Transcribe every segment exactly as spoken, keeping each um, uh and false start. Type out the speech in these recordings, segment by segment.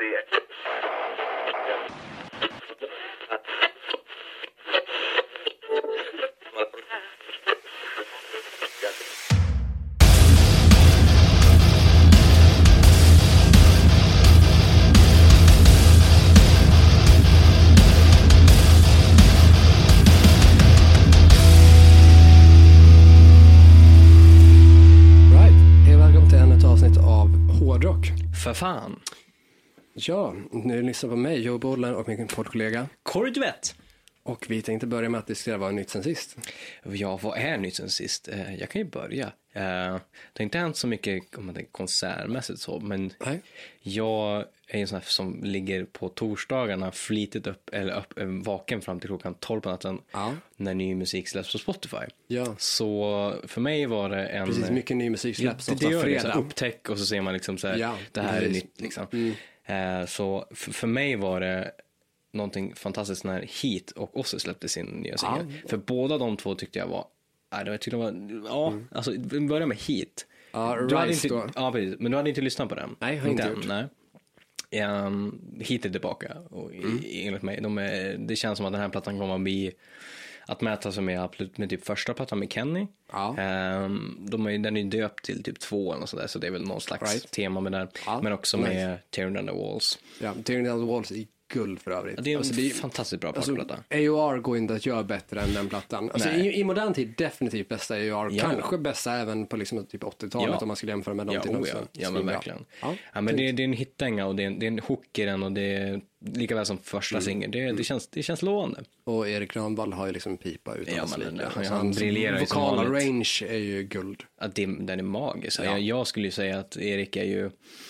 För fan. Ja, nu lyssnar på mig, Joe Bollen och min poddkollega Corey Duett. Och vi tänkte börja med att diskutera vad är nytt sen sist. Ja, vad är nytt sen sist? Jag kan ju börja. Det har inte hänt så mycket om det är konsertmässigt så, men Nej. jag är en sån här som ligger på torsdagarna flitigt upp eller upp, vaken fram till klockan tolv på natten ja. när ny musik släpps på Spotify. Ja. Så för mig var det en... Precis, mycket ny musik släpps ja, det, det gör fredag. Det, upptäck och så ser man liksom så här, ja, det här precis. är nytt liksom. Mm. Så för, för mig var det någonting fantastiskt när Heat och Ozzy släppte sin nya singel. Ja. För båda de två tyckte jag var Nej, det var tyckte var ja, mm. alltså vi börjar med Heat. Ja, du hade inte inte ja, precis, men du hade inte lyssnat på den. Nej, har inte den, gjort. Nej. Um, Heat är tillbaka och mm. enligt mig de är, det känns som att den här plattan kommer att bli att mäta sig med absolut med typ första plattan med Kenny. Ja. Um, de är den är döpt till typ två eller så där, så det är väl någon slags right. tema med den, ja. men också nice. med Tearing Down the Walls. Ja, Tearing Down the Walls är guld för övrigt. Ja, det är en alltså, det är, fantastiskt bra alltså, platta. A O R går inte att göra bättre än den plattan. Alltså, i, i modern tid definitivt bästa A O R. Ja. Kanske bästa även på liksom, typ åttiotalet ja. om man skulle jämföra med någonting. Ja, oh, ja. ja men verkligen. Ja. Ja, men det, det är en hittänga och det är en, det är en hook i den och det är lika väl som första mm. singeln. Det, det, känns, det känns lovande. Och Erik Rönnvall har ju liksom pipa utan ja, att men, alltså, han briljerar ju som vanligt. Vokala range är ju guld. Ja, det, den är magisk. Ja. Jag, jag skulle ju säga att Erik är ju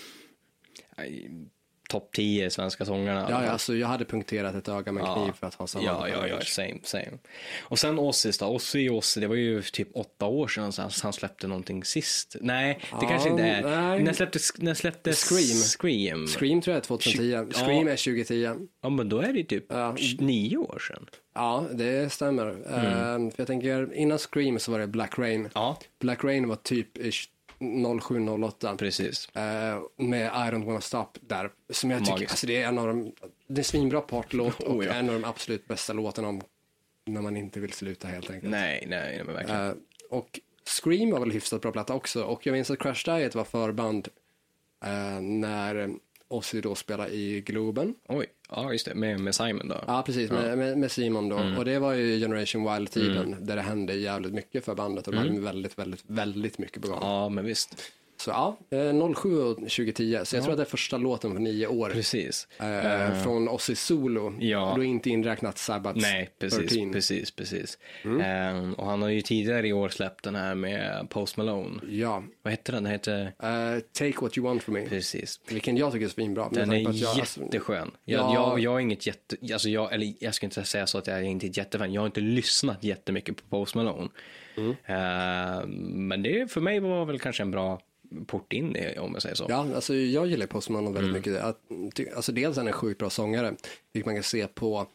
topp tio svenska sångarna. Ja, ja, alltså jag hade punkterat ett öga med en kniv ja. för att ha samma. Ja, ja, ja, same, same. Och sen Ozzy då. Ozzy, Ozzy, det var ju typ åtta år sedan så han släppte någonting sist. Nej, det ja, kanske inte är. Nej. När släppte, när släppte Scream. Scream. Scream tror jag är tjugohundratio. Scream ja. är tjugohundratio. Ja, men då är det typ ja. nio år sedan. Ja, det stämmer. Mm. Uh, för jag tänker, innan Scream så var det Black Rain. Ja. Black Rain var typ noll sju noll åtta. Precis. Uh, med I Don't Wanna Stop där. Som jag tycker, alltså det är en av de, det är svinbra partlåt och oh, ja. en av de absolut bästa låtarna om när man inte vill sluta helt enkelt. Nej, nej, men verkligen. Uh, och Scream var väl hyfsat bra platta också. Och jag minns att Crash Diet var förband uh, när Ozzy då spelade i Globen. Oj, ja just det, med, med Simon då. Ja, precis, ja. Med, med, med Simon då. Mm. Och det var ju Generation Wild-tiden mm. där det hände jävligt mycket för bandet och de mm. hade väldigt, väldigt, väldigt mycket på gång. Ja, men visst. Så ja, noll sju och tjugohundratio. Så jag ja. tror att det är första låten på nio år. Precis. Eh, uh, från Ozzy solo. Ja. Och då inte inräknat Sabbaths Nej, precis, tretton. precis, precis. Mm. Um, och han har ju tidigare i år släppt den här med Post Malone. Ja. Vad heter den? Den heter... Uh, Take What You Want From Me. Precis. Vilken jag tycker är svinbra. Den är jag, jätteskön. Jag, ja. jag, jag är inget jätte... Alltså jag, eller jag ska inte säga så att jag är inte ett jättefan. Jag har inte lyssnat jättemycket på Post Malone. Mm. Uh, men det för mig var väl kanske en bra port in det, om jag säger så. Ja, alltså jag gillar Post Malone väldigt mm. mycket. Att, alltså dels är han en sjukt bra sångare. Vilket man kan se på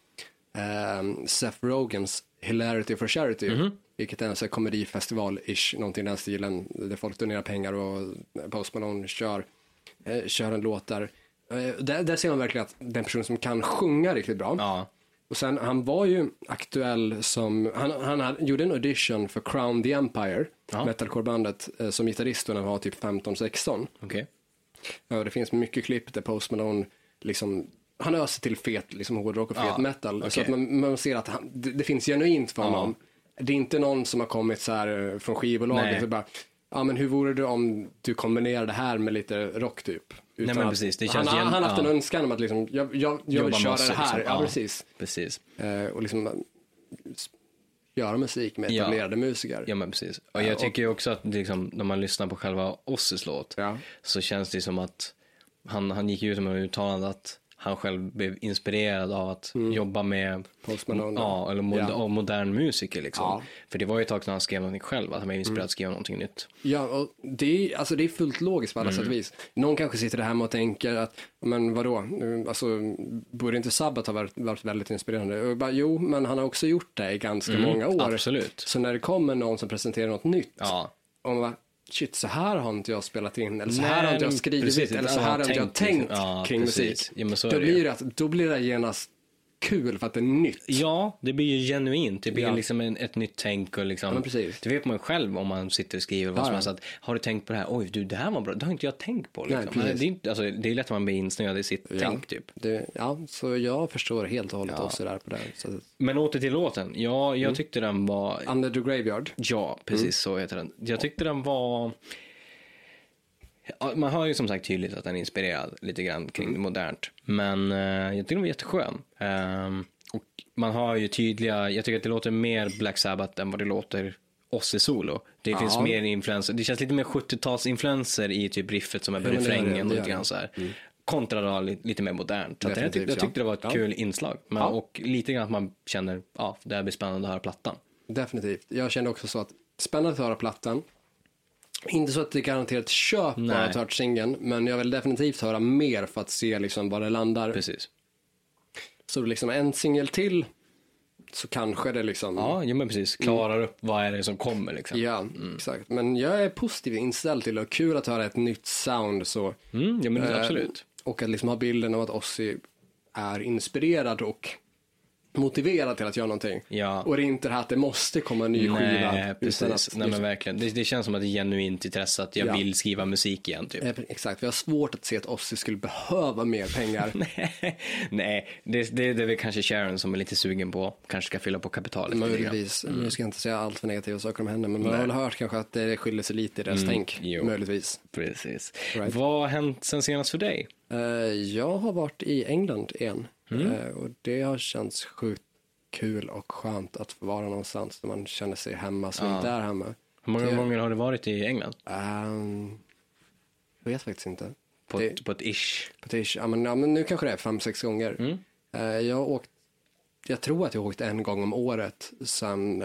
um, Seth Rogans Hilarity for Charity. Mm. Vilket är en sån här komedifestival-ish, någonting i den stilen. Där folk donerar pengar och Post Malone kör, eh, kör en låt där. Eh, där. Där ser man verkligen att den person som kan sjunga riktigt bra. Ja. Och sen, han var ju aktuell som, han, han hade, gjorde en audition för Crown the Empire, ja. metalcore-bandet, eh, som gitarrist när han var typ femton sexton. Okej. Okay. Ja, det finns mycket klipp där Post Malone liksom, han öser till fet liksom hårdrock och fet ja. metal. Okay. Så att man, man ser att han, det, det finns genuint för honom. Ja. Det är inte någon som har kommit så här från skivbolaget och bara, ja men hur vore det om du kombinerar det här med lite rock typ? Nej, men precis, det han har han haft en ja. önskan om att liksom, jag, jag, jag vill köra det här. Liksom. Ja, precis. precis. Eh, och liksom göra musik med etablerade ja. musiker. Ja, men precis. Och jag tycker ju också att liksom, när man lyssnar på själva Ozzys låt ja. så känns det som att han, han gick ut med ett uttalande att han själv blev inspirerad av att mm. jobba med Post Malone, ja, eller mod- ja. modern musiker liksom. Ja. För det var ju ett tag när han skrev någonting själv, att han var inspirerad mm. att skriva någonting nytt. Ja, och det är, alltså det är fullt logiskt på alla mm. sätt och vis. Någon kanske sitter där hemma och tänker att, men vadå, alltså, borde inte Sabbath ha varit, varit väldigt inspirerande? Och bara, jo, men han har också gjort det i ganska mm. många år. Absolut. Så när det kommer någon som presenterar något nytt, ja. och man bara, shit, så här har inte jag spelat in, eller så här Nej, har inte jag skrivit, precis, eller så här har inte jag tänkt ja, kring precis. musik. Ja, men så då, det. Blir det, då blir det genast kul för att det är nytt. Ja, det blir ju genuint. Det blir ja. liksom en, ett nytt tänk och liksom, ja, precis. Det vet man själv om man sitter och skriver vad ja, som helst. Att, har du tänkt på det här? Oj, du, det här var bra. Det har inte jag tänkt på. Liksom. Nej, det, är inte, alltså, det är lätt att man blir insnöad i sitt ja. tänk typ. Det, ja, så jag förstår helt och hållet ja. också där på det. Så. Men åter till låten. Ja, jag mm. tyckte den var... Under the Graveyard. Ja, precis mm. så heter den. Jag tyckte den var... Man hör ju som sagt tydligt att den är inspirerad lite grann kring mm. det modernt. Men uh, jag tycker den var jätteskön. Um, och man har ju tydliga, jag tycker att det låter mer Black Sabbath än vad det låter Ozzy solo. Det ja. finns mer influenser, det känns lite mer sjuttio-talsinfluenser i typ riffet som är på ja, refrängen och lite grann så här. Mm. Kontra då lite, lite mer modernt. Så jag, tyck, jag tyckte det var ett ja. kul inslag. Men, ja. Och lite grann att man känner, ja, det här blir spännande att höra plattan. Definitivt. Jag kände också så att spännande att höra plattan. Inte så att det garanterat köp bara att höra singeln, men jag vill definitivt höra mer för att se liksom var det landar. Precis. Så liksom en singel till så kanske det liksom... Ja, ja men precis. Klarar mm. upp vad är det som kommer liksom. Ja, mm. exakt. Men jag är positiv inställd till det. Kul att höra ett nytt sound så. Mm, ja men eh, absolut. Och att liksom ha bilden av att Ozzy är inspirerad och motiverad till att göra någonting. Ja. Och det är inte det här att det måste komma en ny Nej, skiva. Nej, precis. Att, Nej, men verkligen. Det, det känns som att det är genuint intresse att jag ja. vill skriva musik igen. Typ. Eh, exakt, vi har svårt att se att Ozzy skulle behöva mer pengar. Nej, Nej. Det, det, det är väl kanske Sharon som är lite sugen på. Kanske ska fylla på kapitalet. Möjligtvis. Mm. Jag ska inte säga allt för negativa saker om henne. Men man har väl hört kanske att det skiljer sig lite i deras mm. tänk. Jo. Möjligtvis. Precis. Right. Vad har hänt sen senast för dig? Uh, jag har varit i England igen. Mm. Uh, och det har känts sjukt kul och skönt att få vara någonstans där man känner sig hemma som ja. inte är hemma. Hur många det... gånger har du varit i England? Um, jag vet faktiskt inte. På, det... ett, på ett ish? På ett ish. Ja, men, ja, men nu kanske det är fem, sex gånger. Mm. Uh, jag har åkt, jag tror att jag har åkt en gång om året sen, uh,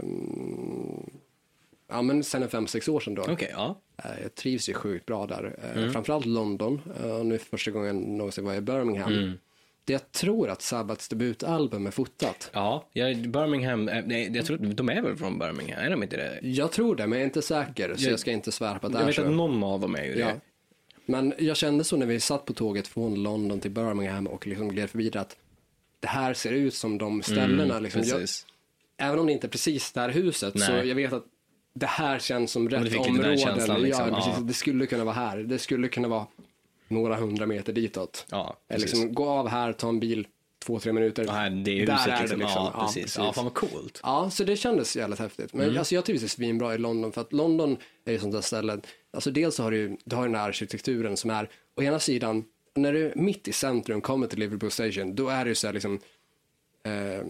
ja, men sen fem, sex år sedan då. Okay, ja. Uh, jag trivs ju sjukt bra där. Uh, mm. Framförallt London. Uh, nu första gången någonsin var jag i Birmingham. Mm. Jag tror att Sabbats debutalbum är fotat. Ja, jag, Birmingham, nej, jag tror de är väl från Birmingham, är de inte det? Jag tror det, men jag är inte säker, så jag, jag ska inte svära på att det är så. Jag vet så. Att någon av dem är ju det. Ja. Men jag kände så när vi satt på tåget från London till Birmingham och liksom gled förbi att det här ser ut som de ställena. Mm, liksom. jag, även om det inte är precis det här huset, nej. Så jag vet att det här känns som rätt områden. Känslan, liksom. Ja, precis, ja. Det skulle kunna vara här. Det skulle kunna vara några hundra meter ditåt. Ja, eller liksom gå av här, ta en bil två, tre minuter. Ja, det är ju där är det liksom. Ja, ja, precis. Ja, fan vad coolt. Ja, så det kändes jävligt häftigt. Men mm. alltså, jag trivs svinbra i London för att London är ju sånt där ställe. Alltså dels så har du, du har den här arkitekturen som är å ena sidan, när du är mitt i centrum kommer till Liverpool Station, då är det ju så här liksom eh,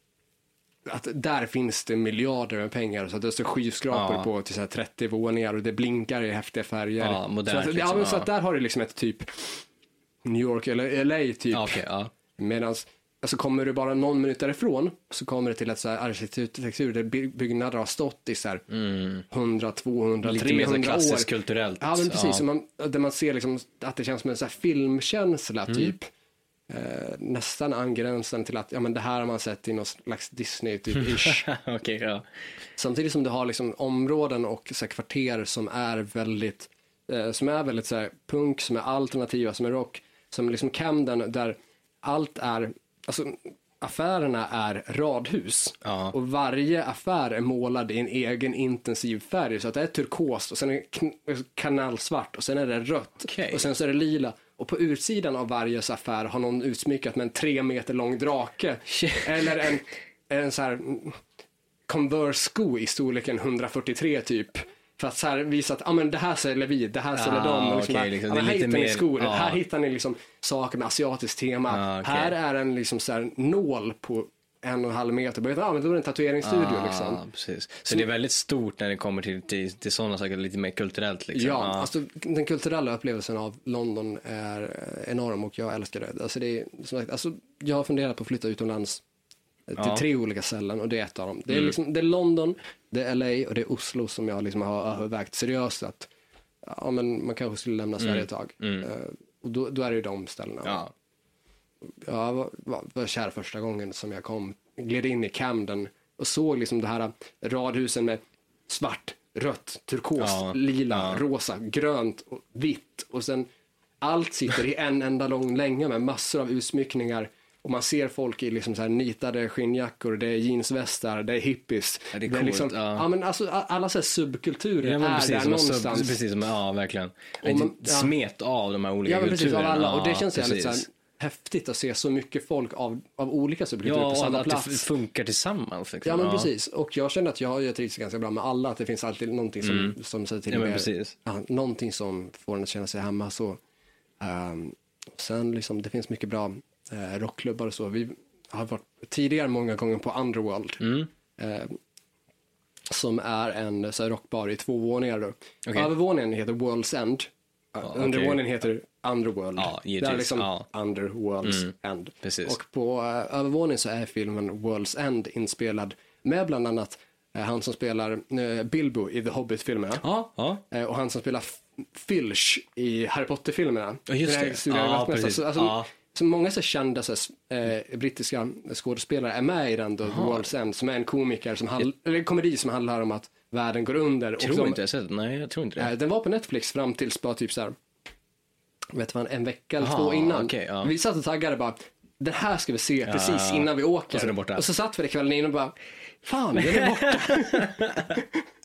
att där finns det miljarder med pengar så att det står skyskrapor ja. på till så här trettio våningar och det blinkar i häftiga färger. Ja, modernt, så, att, liksom, ja, men så att där har du liksom ett typ New York eller L A typ. Okay, ja. Medans alltså kommer du bara någon minut därifrån så kommer det till ett så här arkitektur där byggnader har stått i så här mm. hundra, tvåhundra, lite trehundra år. Klassiskt kulturellt. Ja, men precis. Ja. Så man, där man ser liksom att det känns som en så här filmkänsla mm. typ. Eh, nästan angränsande till att ja, men det här har man sett i någon slags Disney typ ish. Okay, ja. Samtidigt som du har liksom områden och så här, kvarter som är väldigt eh, som är väldigt så här, punk, som är alternativa, som är rock, som liksom Camden där allt är, alltså affärerna är radhus ja. Och varje affär är målad i en egen intensiv färg så att det är turkost och sen är det kanalsvart och sen är det rött okay. Och sen så är det lila. Och på utsidan av varje affär har någon utsmyckat med en tre meter lång drake. Eller en, en så här Converse-sko i storleken hundrafyrtiotre typ. För att så här visa att ah, men det här säljer vi, det här säljer ah, de. Och liksom okay, här, liksom, ah, här hittar mer... ni skor, ah. här hittar ni liksom saker med asiatiskt tema. Ah, okay. Här är en liksom så här nål på en och en halv meter. Bara, ah, men då är det en tatueringsstudio ah, liksom. Precis. Så, så det är väldigt stort när det kommer till, till, till sådana saker lite mer kulturellt liksom. Ja, ah. alltså den kulturella upplevelsen av London är enorm och jag älskar det. Alltså det är som sagt, alltså jag har funderat på att flytta utomlands till ah. tre olika ställen och det är ett av dem. Det är mm. liksom, det är London, det är L A och det är Oslo som jag liksom har övervägt seriöst att ja, men man kanske skulle lämna Sverige ett tag. Mm. Uh, och då, då är det ju de ställena. Ja. Jag var, var, var kär första gången som jag kom, gled in i Camden och såg liksom det här radhusen med svart rött, turkos, Ja, lila, ja. rosa, grönt och vitt. Och sen allt sitter i en enda lång länga med massor av utsmyckningar. Och man ser folk i liksom så här nitade skinnjackor, det är jeansvästar, det är hippies. Ja, det är det är coolt, liksom, ja. ja, men alltså, alla så här subkulturer Ja, men är precis, där som har någonstans. Sub, precis som, ja, verkligen. Och man- ja. Smet av de här olika Ja, men precis, av kulturerna. alla. Och det Ja, känns jävligt så här precis. häftigt att se så mycket folk av, av olika subkulturer Ja, på samma att det plats. f- funkar tillsammans. Liksom. Ja, men precis. Och jag känner att jag har ju trivts ganska bra med alla. Att det finns alltid någonting som, mm. som säger till Ja, men mig. precis. Ja, någonting som får en att känna sig hemma. Så, um, sen liksom, det finns mycket bra eh, rockklubbar och så. Vi har varit tidigare många gånger på Underworld. Mm. Eh, som är en så här, rockbar i två våningar. Då. Okay. Övervåningen heter World's End. Ja, Undervåningen heter Underworld. Ja, det givetvis. är liksom Ja. Underworld's Mm. End. Precis. Och på uh, övervåningen så är filmen World's End inspelad med bland annat uh, han som spelar uh, Bilbo i The Hobbit-filmerna. Ja, ja. Uh, och han som spelar F- Filch i Harry Potter-filmerna. Ja, just Den här det. Sura Ja, Vattmästaren. precis. Så, alltså, Ja. så många så kända så, eh, brittiska skådespelare är med i den då, World's End, som är en komiker som handl- eller en komedi som handlar om att världen går under. Jag tror och de, inte jag sett. Nej, jag tror inte det. eh, den var på Netflix fram tills bara typ så här, vet du vad, en vecka eller Aha, två innan. okej, ja. Vi satt och taggade bara, den här ska vi se precis innan vi åker. Och så är den borta. Och så satt vi det kvällen innan och bara, fan, den är borta.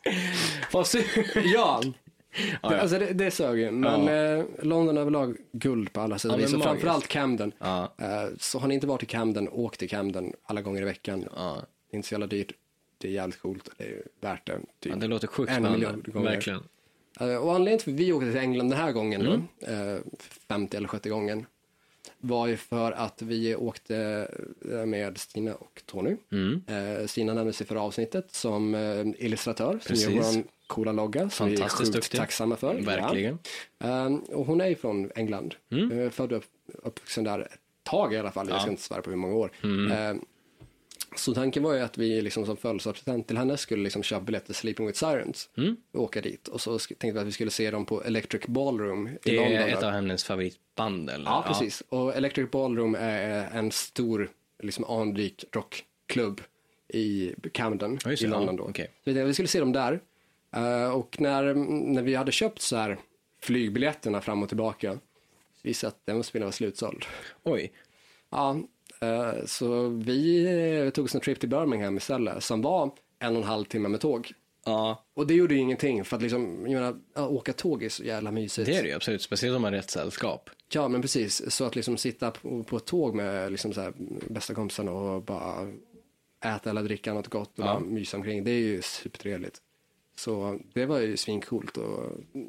Vad synd. Ja. ja. Det, alltså det, det sög ju. Men Ja. eh, London överlag guld på alla sätt och Ja, men vis. Och magiskt. framförallt Camden. Ja. Eh, så har ni inte varit i Camden, åk till Camden alla gånger i veckan. Ja. Det är inte så jävla dyrt. Det är jävligt coolt. Det är värt det. Typ Ja, det låter sjukt en spännande. miljard gånger. Verkligen. Eh, och anledningen till att vi åkte till England den här gången Mm. då, eh, femte eller sjätte gången, var ju för att vi åkte eh, med Stina och Tony. Mm. Eh, Stina nämndes i förra avsnittet som eh, illustratör, Precis. som gör vår coola logga, som vi är Fantastiskt sjukt duktig. tacksamma för. Verkligen. Ja. Um, och hon är ju från England, Mm. uh, född och upp, uppvuxen där ett tag i alla fall, jag Ja. ska inte svära på hur många år. Mm. Uh, så tanken var ju att vi liksom som födelsedagspresent till henne skulle liksom köpa biljetter till Sleeping with Sirens Mm. och åka dit. Och så sk- tänkte vi att vi skulle se dem på Electric Ballroom i Det London. är ett då. av hennes favoritband, eller? Ja, precis. Och Electric Ballroom är en stor, liksom anrik rockklubb i Camden Ja, just i det. London Ja, då. okej. Så vi tänkte att vi skulle se dem där. Uh, och när, när vi hade köpt så här flygbiljetterna fram och tillbaka, så visade att den spelningen var slutsåld. Oj. Ja, uh, så vi uh, tog oss en trip till Birmingham istället, som var en och en halv timme med tåg. Ja, Och det gjorde ju ingenting, för att liksom, jag menar, ja, åka tåg är så jävla mysigt. det är det ju absolut. Speciellt om man har rätt sällskap. Ja, men precis. Så att liksom sitta på, på ett tåg med liksom så här bästa kompisarna och bara äta eller dricka något gott och Ja. bara mysa omkring, det är ju supertrevligt. Så det var ju svincoolt och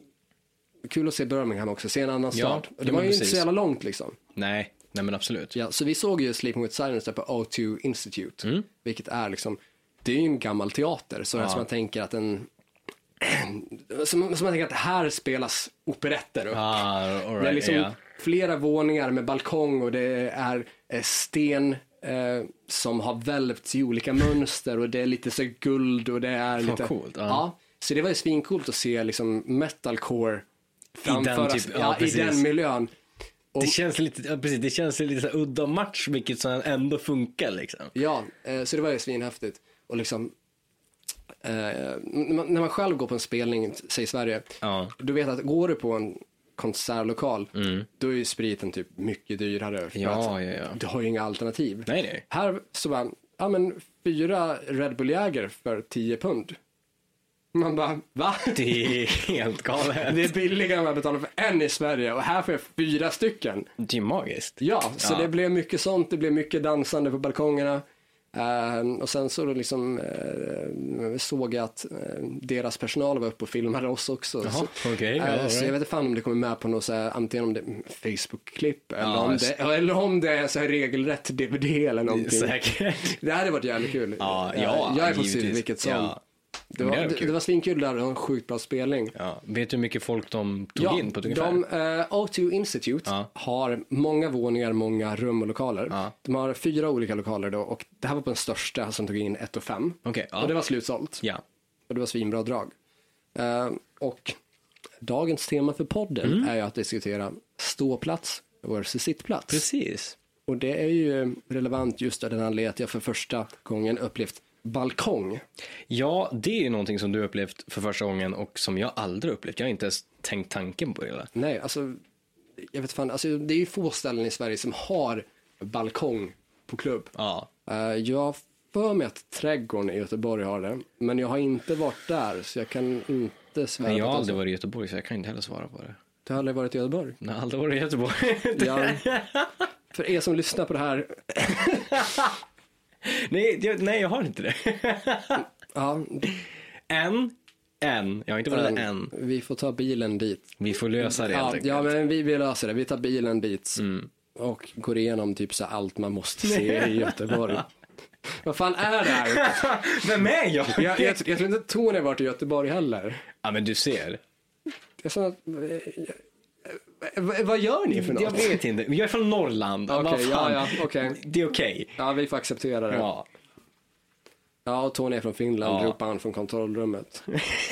kul att se Birmingham också, se en annan Ja, stad. ja, Det var men ju inte precis. så jävla långt liksom. Nej, nej men absolut. Ja, så vi såg ju Sleeping with Sirens där på O två Institute, Mm. vilket är liksom, det är ju en gammal teater, så Ja. att man tänker att en som, som man tänker att här spelas operetter upp. Ah, all right, Det är liksom ja. flera våningar med balkong och det är eh, sten eh, som har välvts i olika mönster och det är lite så guld och det är Fan, lite... coolt, ja. ja. Så det var ju svincoolt att se liksom metalcore framföras typ- ja, ja, i precis. den miljön. Och, Det känns lite, ja, precis, det känns lite så här udda match, vilket så här ändå funkar liksom. ja, eh, så det var ju svinhäftigt. Och liksom, eh, när, man, när man själv går på en spelning, säg Sverige, Ja. du vet att går du på en konsertlokal, Mm. då är ju spriten typ mycket dyrare. För Ja, att ja, ja. du har ju inga alternativ. Nej, nej. Här så bara, ja men fyra Red Bull-jäger för tio pund. Man bara, va? Det är helt galet. Det är billigare än vad jag betalar för en i Sverige och här får jag fyra stycken. Det är magiskt. Ja, så Ja. det blev mycket sånt, det blev mycket dansande på balkongerna. Uh, och sen så då liksom uh, såg jag att uh, deras personal var uppe och filmade oss också. Jaha, så, okej, uh, ja, all så right. jag vet inte fan om det kommer med på något så här, antingen om det är Facebook-klipp eller, Ja, om just- det, eller om det är så här regelrätt D V D eller någonting. Säkert. Det hade varit jävligt kul. Ja, Uh, ja, jag är positiv givetvis. vilket som. Ja. Det, Men var, det är det, kul. det var svinkul där, det var en sjukt bra spelning. Ja. Vet du hur mycket folk de tog in på ett ungefär? de, uh, O två Institute Ja. har många våningar, många rum och lokaler. Ja. De har fyra olika lokaler då och det här var på den största som tog in ett och fem. Okej, ja. Och det var slutsålt. Ja. Och det var svinbra drag. Uh, och dagens tema för podden Mm. är ju att diskutera ståplats versus sittplats. Precis. Och det är ju relevant just av den anledningen att jag för första gången upplevt balkong. Ja, det är ju någonting som du upplevt för första gången och som jag aldrig upplevt. Jag har inte ens tänkt tanken på det. Nej, alltså jag vet fan, alltså det är ju få ställen i Sverige som har balkong på klubb. Ja. Uh, jag för mig att Trädgården i Göteborg har det, men jag har inte varit där så jag kan inte svära. Men jag har på aldrig det. varit i Göteborg så jag kan inte heller svara på det. Du har aldrig varit i Göteborg? Jag har aldrig varit i Göteborg. Ja, för er som lyssnar på det här. nej, jag, nej, jag har inte det. Ja. En, en. Jag har inte varit där än. Vi får ta bilen dit. Vi får lösa det Ja, helt enkelt. ja men vi, vi löser det. Vi tar bilen dit. Mm. Och går igenom typ så allt man måste se i Göteborg. Vad fan är det här? Vem är jag? Jag, jag, jag, jag tror inte Tony har varit i Göteborg heller. Ja, men du ser. Jag sa att, vad gör ni för något? Jag vet inte. Jag är från Norrland. Okej, Okay, ja, ja, okej. Okay. Det är okej. Okay. Ja, vi får acceptera det. Ja. Ja, och Tony är från Finland, Ja. ropar han från kontrollrummet.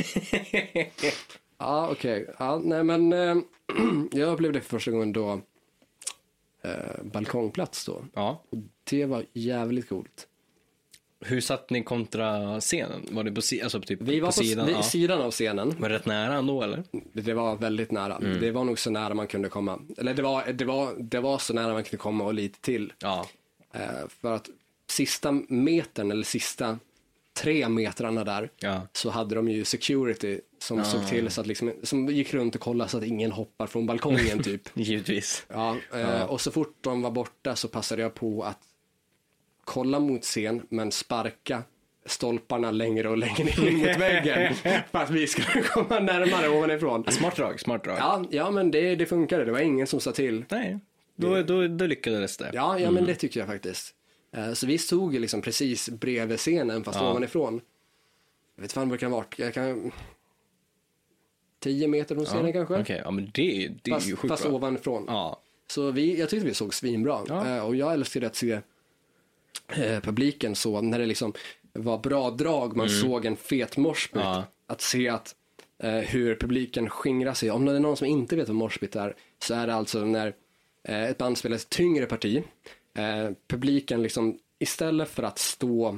Ja, okej. Okay. Ja, nej men eh, jag upplevde det för första gången då eh, balkongplats då. Ja. Och det var jävligt coolt. Hur satt ni kontra scenen? Var det på, si- alltså typ Vi var på, på sidan? vi, Ja. sidan av scenen. Var det rätt nära ändå eller? Det var väldigt nära. Mm. Det var nog så nära man kunde komma. Eller det var, det var, det var så nära man kunde komma och lite till. Ja. Eh, för att sista metern eller sista tre metrarna där Ja. så hade de ju security som Ah. såg till så att liksom, som gick runt och kollade så att ingen hoppar från balkongen typ. Givetvis. Ja, eh, Ja. och så fort de var borta så passade jag på att kolla mot scen men sparka stolparna längre och längre in mot väggen för att vi skulle komma närmare ovanifrån. Smart drag, smart drag. Ja, ja men det, det funkade. Det var ingen som sa till. Nej, då, då, då lyckades det. Ja, ja men det tycker jag faktiskt. Eh, Så vi stod ju liksom precis bredvid scenen fast Ja. ovanifrån. Jag vet fan vad det kan ha varit. Jag kan... Tio meter från scenen Ja, kanske. Okej, ja men det, är- det är Fast, ju sjukt fast bra. ovanifrån. Ja. Så vi, jag tyckte vi såg svinbra. Ja. Eh, Och jag älskade att se eh, publiken så när det liksom var bra drag. Man såg en fet moshpit. Ja. Att se att eh, hur publiken skingrar sig. Om det är någon som inte vet vad moshpit är så är det alltså när eh, ett band spelar ett tyngre parti. Eh, publiken liksom istället för att stå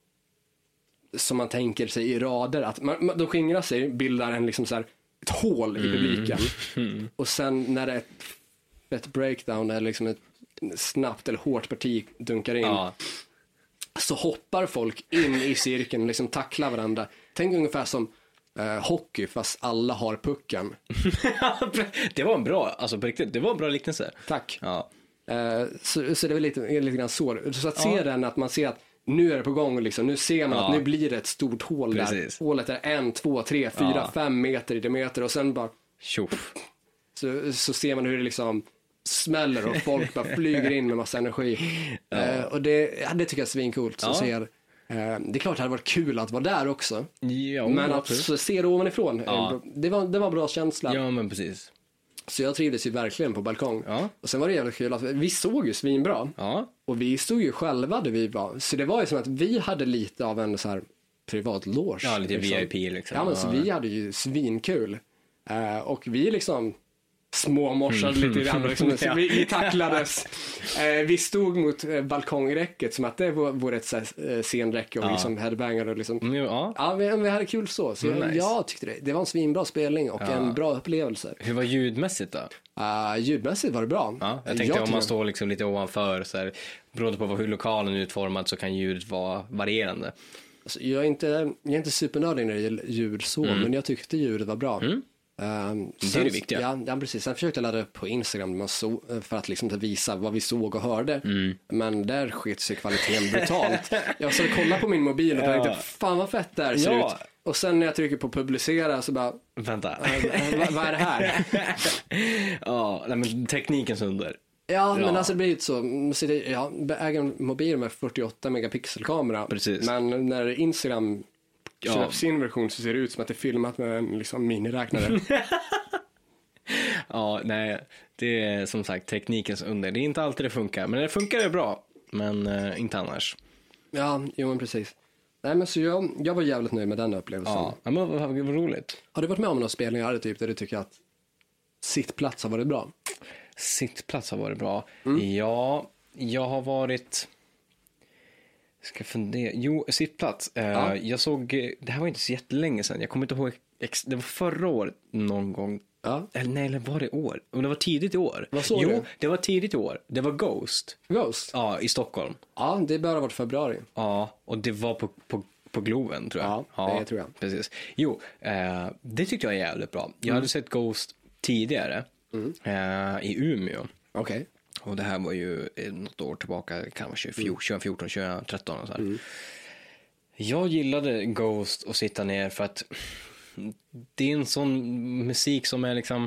som man tänker sig i rader att man, man, de skingrar sig, bildar en liksom så här, ett hål i publiken Mm. och sen när det är ett, ett breakdown eller liksom ett snabbt eller hårt parti dunkar in Ja. så hoppar folk in i cirkeln och liksom tacklar varandra. Tänk ungefär som eh, hockey fast alla har pucken. Det var en bra, alltså på riktigt, det var en bra liknelse. Tack. Ja. Eh, så, så det är väl lite, lite grann så. Så att se Ja. den, att man ser att nu är det på gång och liksom, nu ser man Ja. att nu blir det ett stort hål Precis. där. Hålet är en, två, tre, fyra, Ja. fem meter i diameter och sen bara Tjoff. så, så ser man hur det liksom smäller och folk bara flyger in med massa energi. Ja. Eh, och det, ja, det tycker jag är svincoolt. Så Ja. ser, eh, det är klart det hade varit kul att vara där också. Ja, men att absolut. så se det ovanifrån, Ja. eh, det, var, det var en bra känsla. Ja, men precis. Så jag trivdes ju verkligen på balkong. Ja. Och sen var det jävligt kul att vi såg ju svinbra. Ja. Och vi stod ju själva där vi var. Så det var ju som att vi hade lite av en så här privat loge. Ja, lite liksom. V I P liksom. Ja, men så vi hade ju svinkul. Uh, och vi liksom småmorsade Mm. lite grann. Liksom, så Ja. vi, vi tacklades. Uh, vi stod mot uh, balkongräcket som att det var- vore ett så här, uh, scenräcke och Ja. liksom headbangade och liksom. Mm, ja. Ja, vi, vi hade kul så. Så jag, Mm, nice. jag tyckte det. Det var en svinbra spelning och Ja. en bra upplevelse. Hur var ljudmässigt då? Uh, ljudmässigt var det bra. Ja, jag tänkte om tycker- man står liksom lite ovanför så här, beroende på hur lokalen är utformad så kan ljudet vara varierande. Alltså, jag är inte, jag är inte supernördig när det gäller ljud så, men jag tyckte ljudet var bra. Mm. Um, Det är det viktiga. Ja, ja, precis. Sen försökte jag ladda upp på Instagram man så, för att liksom visa vad vi såg och hörde. Mm. Men där sket sig kvaliteten brutalt. Jag så kollade på min mobil och tänkte, Ja. fan vad fett det här ser Ja. ut. Och sen när jag trycker på publicera så bara, Vänta. äh, vad, vad är det här? Ja, nej, men teknikens under. Ja, men Ja. alltså det blir ju så. så det- Ja, äger en mobil med fyrtioåtta megapixelkamera. Precis. Men när Instagram Ja. kör upp sin version så ser det ut som att det är filmat med en liksom, miniräknare. Ja, nej, det är som sagt teknikens under. Det är inte alltid det funkar, men det funkar det bra. Men eh, inte annars. Ja, jo men precis. Nej men så jag, jag var jävligt nöjd med den upplevelsen. Ja, ja men vad, vad, vad roligt. Har du varit med om några spelningar typ, där du tycker att sittplats har varit bra? Sittplats har varit bra. Ja, jag har varit... Ska fundera. Jo, sittplats. Uh, ja. Jag såg, det här var inte så jättelänge sedan. Jag kommer inte ihåg, det var förra året någon gång. Ja. Eller nej, eller var det år? Och det var tidigt i år. Vad såg jo, du? det var tidigt i år. Det var Ghost. Ghost? Ja, i Stockholm. Ja, det bör ha varit februari. Ja, och det var på, på, på Globen, tror jag. Ja, ja det tror jag. Precis. Jo, uh, det tyckte jag är jävligt bra. Jag mm. hade sett Ghost tidigare mm. uh, i Umeå. Okej. Okay. Och det här var ju något år tillbaka, kanske tjugohundrafjorton, tjugohundratretton och så här. Mm. Jag gillade Ghost och sitta ner för att det är en sån musik som är liksom,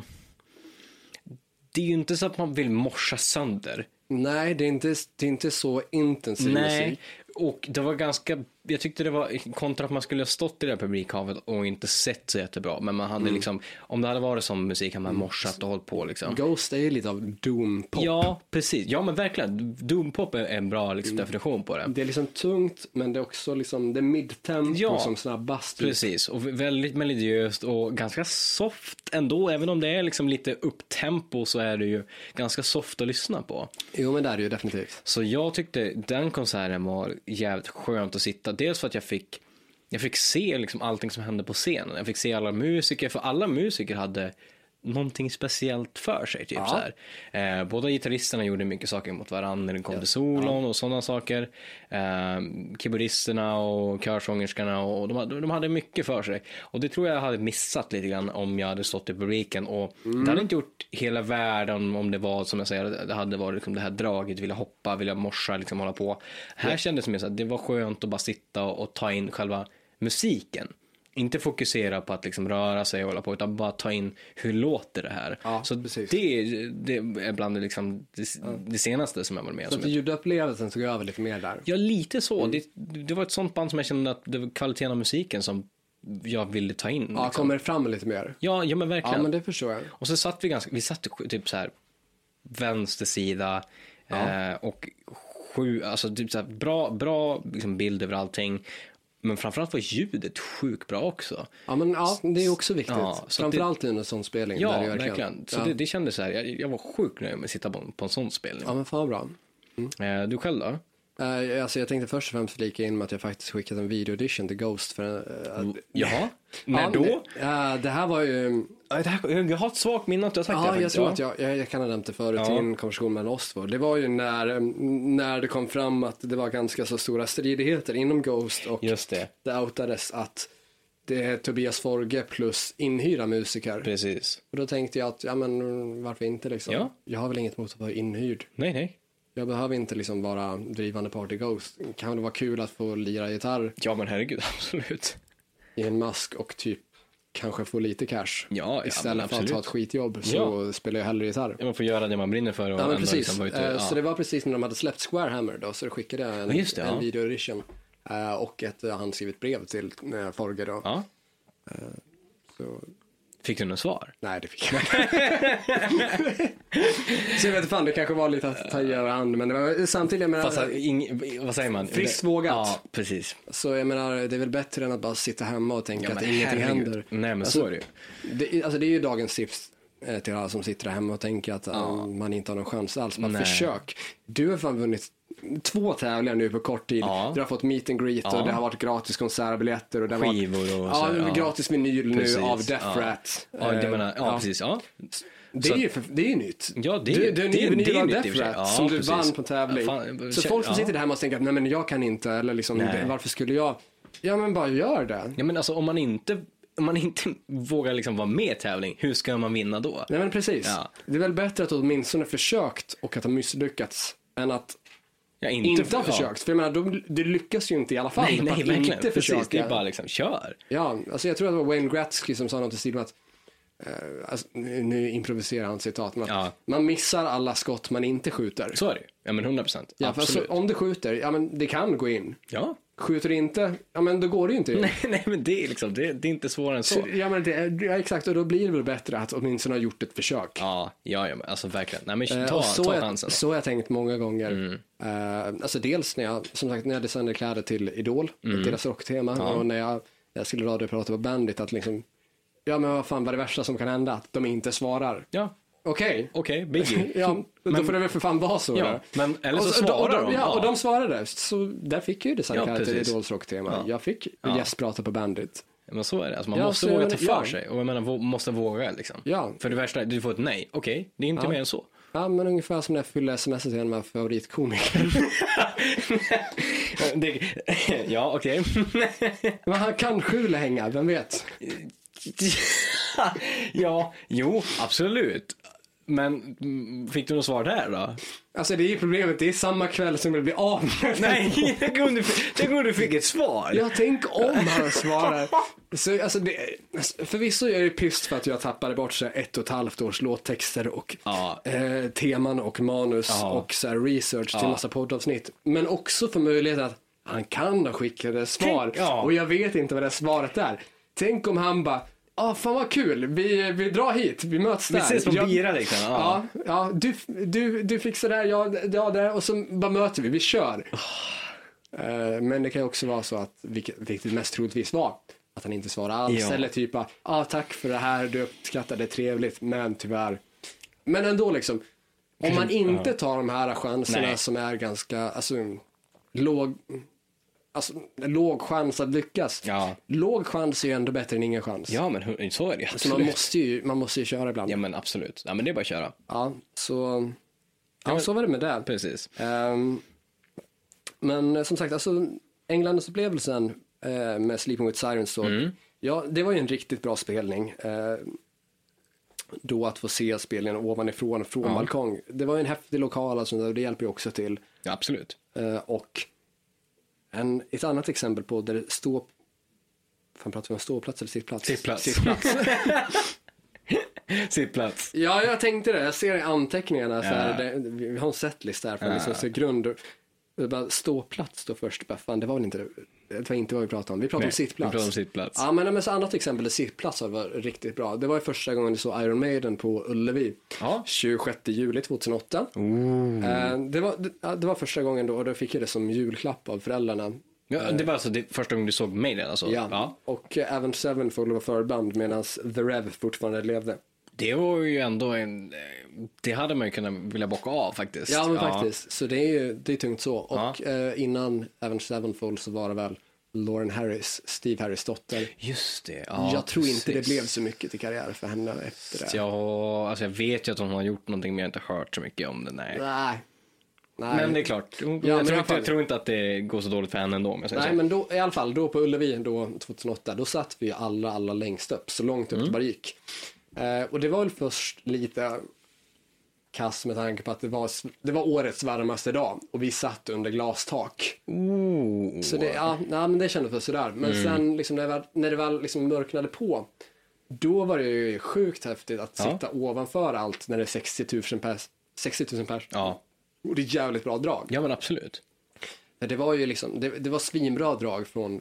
det är ju inte så att man vill morsa sönder. Nej, det är inte, det är inte så intensiv Nej, musik. Och det var ganska, jag tyckte det var kontra att man skulle ha stått i det här publikhavet och inte sett så jättebra. Men man hade mm. liksom, om det hade varit som musik hade man morsat och hållit på liksom. Ghost är ju lite av doom-pop. Ja, precis. Ja, men verkligen. Doom-pop är en bra liksom, definition på det. Det är liksom tungt, men det är också liksom, det är mid-tempo ja, som snabbast. Precis, och väldigt melodiöst och ganska soft ändå. Även om det är liksom lite upptempo så är det ju ganska soft att lyssna på. Jo, men det är det ju definitivt. Så jag tyckte den konserten var jävligt skönt att sitta. Dels för att jag fick jag fick se liksom allting som hände på scenen. Jag fick se alla musiker, för alla musiker hade någonting speciellt för sig typ ja. så här. Eh, båda gitarristerna gjorde mycket saker mot varandra när det kom ja. till solon ja. och sådana saker. Eh, keyboardisterna och körsångerskarna och de hade, de hade mycket för sig. Och det tror jag hade missat lite grann om jag hade stått i publiken. Och mm. det hade inte gjort hela världen om det var, som jag säger, det hade varit liksom det här draget, vilja hoppa, vilja morsa, liksom hålla på. Här ja. kändes det som att det var skönt att bara sitta och, och ta in själva musiken. Inte fokusera på att liksom röra sig och hålla på, utan bara ta in hur låter det här. Ja, så precis. Det, det är bland det, liksom, det, ja. det senaste som jag var med. Så att ljudupplevelsen tog över lite mer där? Ja, lite så. Mm. Det, det var ett sånt band som jag kände att det var kvaliteten av musiken som jag ville ta in. Ja, liksom. Kommer fram lite mer. Ja, ja, men verkligen. Ja, men det förstår jag. Och så satt vi ganska, vi satt typ så här vänster sida ja. eh, och sju, alltså typ så här bra, bra liksom bild över allting. Men framförallt var ljudet sjukt bra också. Ja, men ja, det är också viktigt. Ja, framförallt i en sån spelning. Ja, där det verkligen. verkligen. Så ja. det, det kändes så här, jag, jag var sjukt nöjd med att sitta på, på en sån spelning. Ja, men fan bra. Mm. Eh, du själv då? Uh, alltså jag tänkte först och främst flika in med att jag faktiskt skickat en video-audition till Ghost. För, uh, Jaha, när ja, då? Uh, det här var ju... Det här, jag har ett svagt minne att du har sagt ja, det. Jag tror ja. att jag, jag, jag kan ha nämnt det förut ja. i en konversation med oss två. Det var ju när, när det kom fram att det var ganska så stora stridigheter inom Ghost. Och just det. Det outades att det är Tobias Forge plus inhyra musiker. Precis. Och då tänkte jag att, ja men varför inte liksom? Ja. Jag har väl inget emot att vara inhyrd. Nej, nej. Jag behöver inte liksom vara drivande party Ghost. Kan det vara kul att få lira gitarr? Ja, men herregud, absolut. I en mask och typ kanske få lite cash. Ja, istället ja, för att ta ett skitjobb så ja. spelar jag hellre gitarr. Ja, man får göra det man brinner för. Och ja, men precis. Liksom var ute, uh, ja. Så det var precis när de hade släppt Squarehammer då, så skickade jag en, ja, det, en ja. video edition uh, och ett uh, handskrivet brev till uh, Forge då. Ja. Uh, så... Fick du något svar? Nej, det fick jag Så jag vet fan, det kanske var lite att ta göra an, men det var samtidigt, jag menar, fast, ing, vad säger man? Friskt vågat. Ja, precis. Så jag menar, det är väl bättre än att bara sitta hemma och tänka ja, att ingenting herregud. händer. Nej, men alltså, så är det ju. Det, alltså det är ju dagens tips till alla som sitter hemma och tänker att ja. um, man inte har någon chans alls. Bara försök. Du har fan vunnit två tävlingar nu på kort tid. Ja. Du har fått meet and greet ja. och det har varit gratis konsertbiljetter och det har skivor varit, och ja, så, ja. gratis vinyl precis. nu av Death ja. Rat. Ja, det menar, ja, ja, precis. Ja. Det är ju för, det är ju nytt. Ja, det är, du, du, det är, vinyl det är av nytt Death Rat ja, som du precis. vann på tävling. Fan, så folk som ja. sitter där hemma och tänker att nej men jag kan inte eller liksom varför skulle jag? Ja men bara gör det. Ja men alltså om man inte om man inte vågar liksom vara med i tävling, hur ska man vinna då? Nej men precis. Ja. Det är väl bättre att åtminstone försökt och att ha misslyckats än att ja, inte, inte ha ja. försökt. För jag menar, då, det lyckas ju inte i alla fall. Nej, nej, att verkligen. Inte precis, det är bara liksom, kör. Ja, alltså jag tror att det var Wayne Gretzky som sa något i stil med att uh, alltså, nu, nu improviserar han citat, men ja. man missar alla skott man inte skjuter. Så är det. Ja men hundra procent. Ja, för alltså, om du skjuter, ja men det kan gå in. Ja. Skjuter du inte, ja men då går det ju inte in. Nej, nej men det är liksom, det, det är inte svårare än så. så ja men det är, ja, exakt, och då blir det väl bättre att åtminstone ha gjort ett försök. Ja, ja, ja alltså verkligen. Nej men ta, uh, så ta jag, chansen. Så har jag tänkt många gånger. Mm. Uh, alltså dels när jag, som sagt, när jag designade kläder till Idol, mm. deras rocktema, ja. och när jag, jag skulle radioprata på Bandit, att liksom, ja men vad fan, vad är det värsta som kan hända? Att de inte svarar. Ja. Okej. Okej, okay, Biggie. Ja, då men, får det väl för fan vara så. Ja, men, eller så och, svarar och, och, de. Ja, ja, och de svarade. Så där fick jag ju Design ja, till Idols Rock-tema. Ja. Jag fick ja. gästprata på Bandit. Men så är det. Alltså man ja, måste våga men, ta för ja. sig. Och jag menar, måste våga liksom. Ja. För det värsta, du får ett nej. Okej, okay, det är inte ja. mer än så. Ja, men ungefär som när jag fyller sms till en med favoritkomiker. det, ja, okej. Okay. Men han kanske vill hänga, vem vet? Ja, jo, absolut. Men fick du något svar där då? Alltså det är ju problemet, det är samma kväll som det blir av. Nej, tänk om du fick ett svar. Ja, tänk om han svarar. Så, alltså det, förvisso är jag ju pissed för att jag tappade bort så här, ett och ett halvt års låttexter och ja. eh, teman och manus ja. och så här, research till ja. massa poddavsnitt. Men också för möjlighet att han kan ha skickat svar tänk, ja. och jag vet inte vad det svaret är. Tänk om han bara ja, ah, fan vad kul. Vi, vi drar hit. Vi möts där. Vi ses på bira liksom. Ja, ja, ja du, du, du fixar det här, jag, ja, det och så bara möter vi. Vi kör. Oh. Uh, men det kan ju också vara så att, vilket, vilket mest troligtvis var, att han inte svarar alls. Ja. Eller typ, ja, ah, tack för det här. Du uppskattade det trevligt, men tyvärr. Men ändå liksom, om man inte tar de här chanserna Nej. som är ganska, alltså, låg... Alltså, låg chans att lyckas. Ja. Låg chans är ju ändå bättre än ingen chans. Ja, men så är det absolut. Så man måste ju, man måste ju köra ibland. Ja, men absolut. Ja, men det är bara att köra. Ja, så... Ja, ja så var det med det. Precis. Um, men som sagt, alltså Englands upplevelsen uh, med Sleeping with Sirens så, mm. ja, det var ju en riktigt bra spelning. Uh, då att få se spelningen ovanifrån, från ja. balkong. Det var ju en häftig lokal, alltså, det hjälper ju också till. Ja, absolut. Uh, och En, ett annat exempel på där det står... Fan, pratar vi om ståplats eller sittplats? Sittplats. Sittplats. Sittplats. Ja, jag tänkte det. Jag ser i anteckningarna. Ja. Så här, det, vi har en setlist där för ja. liksom, så grund. Bara ståplats då först. Bara, fan, det var väl inte det var inte vad vi pratade om. Vi pratade Nej, om sittplats. Vi pratade om sittplats. Ja, men, men så annat exempel där sittplats var riktigt bra. Det var ju första gången vi såg Iron Maiden på Ullevi. Ja. tjugosjätte juli tjugohundraåtta. Uh, det, var, det, det var första gången då och då fick jag det som julklapp av föräldrarna. Ja, det var alltså det första gången du såg Maiden alltså? Ja, ja. Och uh, även Sevenfold var förband medan The Rev fortfarande levde. Det var ju ändå en... Det hade man ju kunnat vilja bocka av faktiskt. Ja, men ja. faktiskt. Så det är ju det är tungt så. Och ja. uh, innan även Sevenfold så var det väl Lauren Harris, Steve Harris dotter. Just det, ja. Jag tror precis. inte det blev så mycket till karriär för henne efter det. Ja, alltså jag vet ju att hon har gjort någonting men jag har inte hört så mycket om det, nej. Nej. Nej. Men det är klart, jag, ja, tror inte, jag tror inte att det går så dåligt för henne ändå. Men nej, så. men då, i alla fall då på Ullevi då, tjugohundraåtta, då satt vi alla, alla längst upp, så långt upp mm. det bara gick. Eh, och det var väl först lite kass med tanke på att det var, det var årets varmaste dag och vi satt under glastak. Ooh. Så det, ja, nej, men det kändes för sådär. Men mm. sen liksom, när det väl, när det väl liksom mörknade på, då var det ju sjukt häftigt att sitta ja. ovanför allt när det är sextio tusen pers. sextio tusen pers. Ja. Och det är jävligt bra drag. Ja, men absolut. Det var ju liksom, det, det var svinbra drag från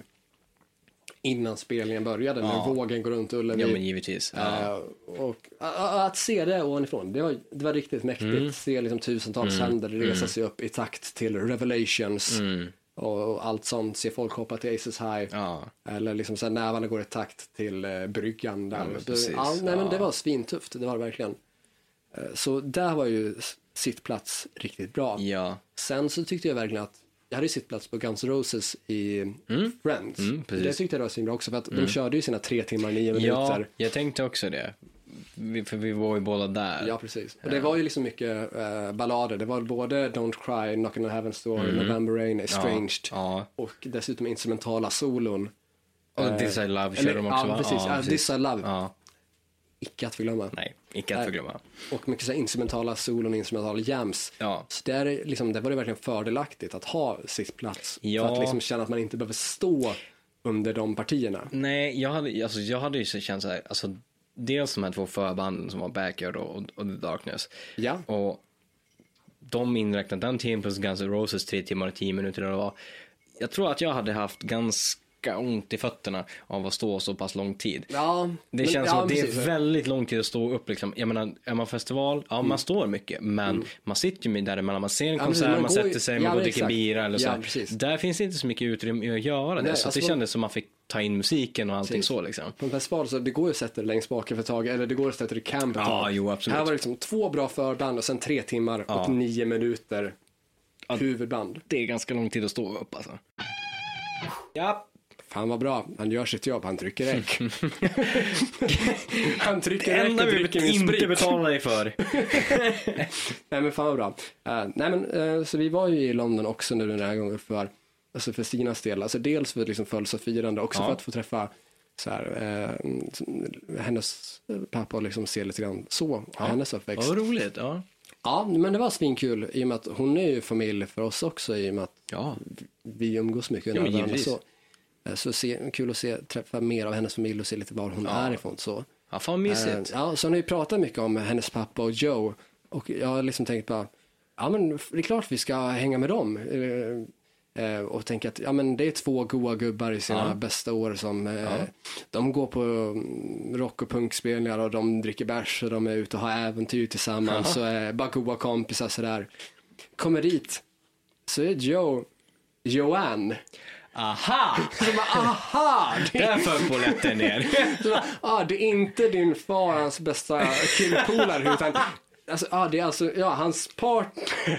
innan spelningen började, ja. när vågen går runt Ullevi. Ja, men givetvis. Ja. Uh, och att se det ovanifrån, det var, det var riktigt mäktigt. Mm. Se liksom tusentals mm. händer resa mm. sig upp i takt till Revelations mm. och, och allt sånt. Se folk hoppa till Aces High. Ja. Eller liksom så här, nävarna går i takt till uh, bryggan där. Ja, precis. Ja, nej, men det var svintufft, det var det verkligen. Uh, så där var ju sittplats riktigt bra. Ja. Sen så tyckte jag verkligen att jag hade sittplats på Guns N' Roses i mm. Friends. Mm, det tyckte jag var så bra också för att mm. de körde ju sina tre timmar, nio minuter. Ja, jag tänkte också det. Vi, för vi var ju båda där. Ja, precis. Och det var ju liksom mycket uh, ballader. Det var både Don't Cry, Knocking on Heaven's Door, mm. November Rain, Estranged. Ja, ja. Och dessutom instrumentala solon. Och uh, This I Love kör de också, ja, va? Precis. Ja, precis. This I Love. Ja. Icke att förglömma. Nej, icke att förglömma. Och mycket så här instrumentala solon, instrumentala jams. Ja. Så det, är liksom, det var det verkligen fördelaktigt att ha sitt plats. Ja. För att liksom känna att man inte behöver stå under de partierna. Nej, jag hade, alltså, jag hade ju känt så här, alltså, dels de här två förbanden som var Backyard och, och The Darkness. Ja. Och de inräknat den timmen plus Guns N' Roses tre timmar och tio minuter. Det var, jag tror att jag hade haft ganska tjocka ont i fötterna av att stå så pass lång tid. Ja, det men, känns ja, som att det precis. är väldigt lång tid att stå upp liksom. Jag menar, är man festival, ja mm. man står mycket, men mm. man sitter ju däremellan, man ser en ja, konsert, man, man sätter sig, ja, man går och dricker bira eller så. Ja, där finns inte så mycket utrymme att göra det. Nej, så alltså, det kändes som man fick ta in musiken och allting precis. Så liksom. På en festival så det går ju att sätta det längst bak för ett tag, eller det går att sätta det i camp. Ja, jo, absolut. Här var det liksom två bra förband och sen tre timmar ja. Och nio minuter ja, huvudband. Det är ganska lång tid att stå upp alltså. Ja. Fan vad bra, han gör sitt jobb, han trycker räck. Han trycker räck och dricker min sprit. Inte betala dig för. Nej men fan vad bra. Uh, nej men, uh, så vi var ju i London också nu den här gången för, alltså för Stinas del. Alltså dels för liksom födelsedagfirande, också ja. För att få träffa så här, uh, hennes pappa och liksom se lite grann så, ja. Hennes uppväxt. Vad roligt, ja. Ja, men det var svinkul i och med att hon är ju familj för oss också i och med att ja. Vi umgås mycket. Ja, men så. Så se, kul att se, träffa mer av hennes familj och se lite var hon ja. Är ifrån. Så. Ja, fan mysigt. Ja, så har ni pratat mycket om hennes pappa och Joe. Och jag har liksom tänkt bara, ja men det är klart vi ska hänga med dem. Och tänka att ja, men det är två goa gubbar i sina ja. Bästa år som ja. De går på rock- och punkspelningar och de dricker bärs och de är ute och har äventyr tillsammans. Ja. Så är bara goa kompisar sådär. Kommer dit så är Joe Joanne. Aha! Så bara, aha! Där föll polletten ner. Så bara, ah, det är inte din far, hans bästa killpolare, utan alltså, ah, det är alltså, ja, hans partner.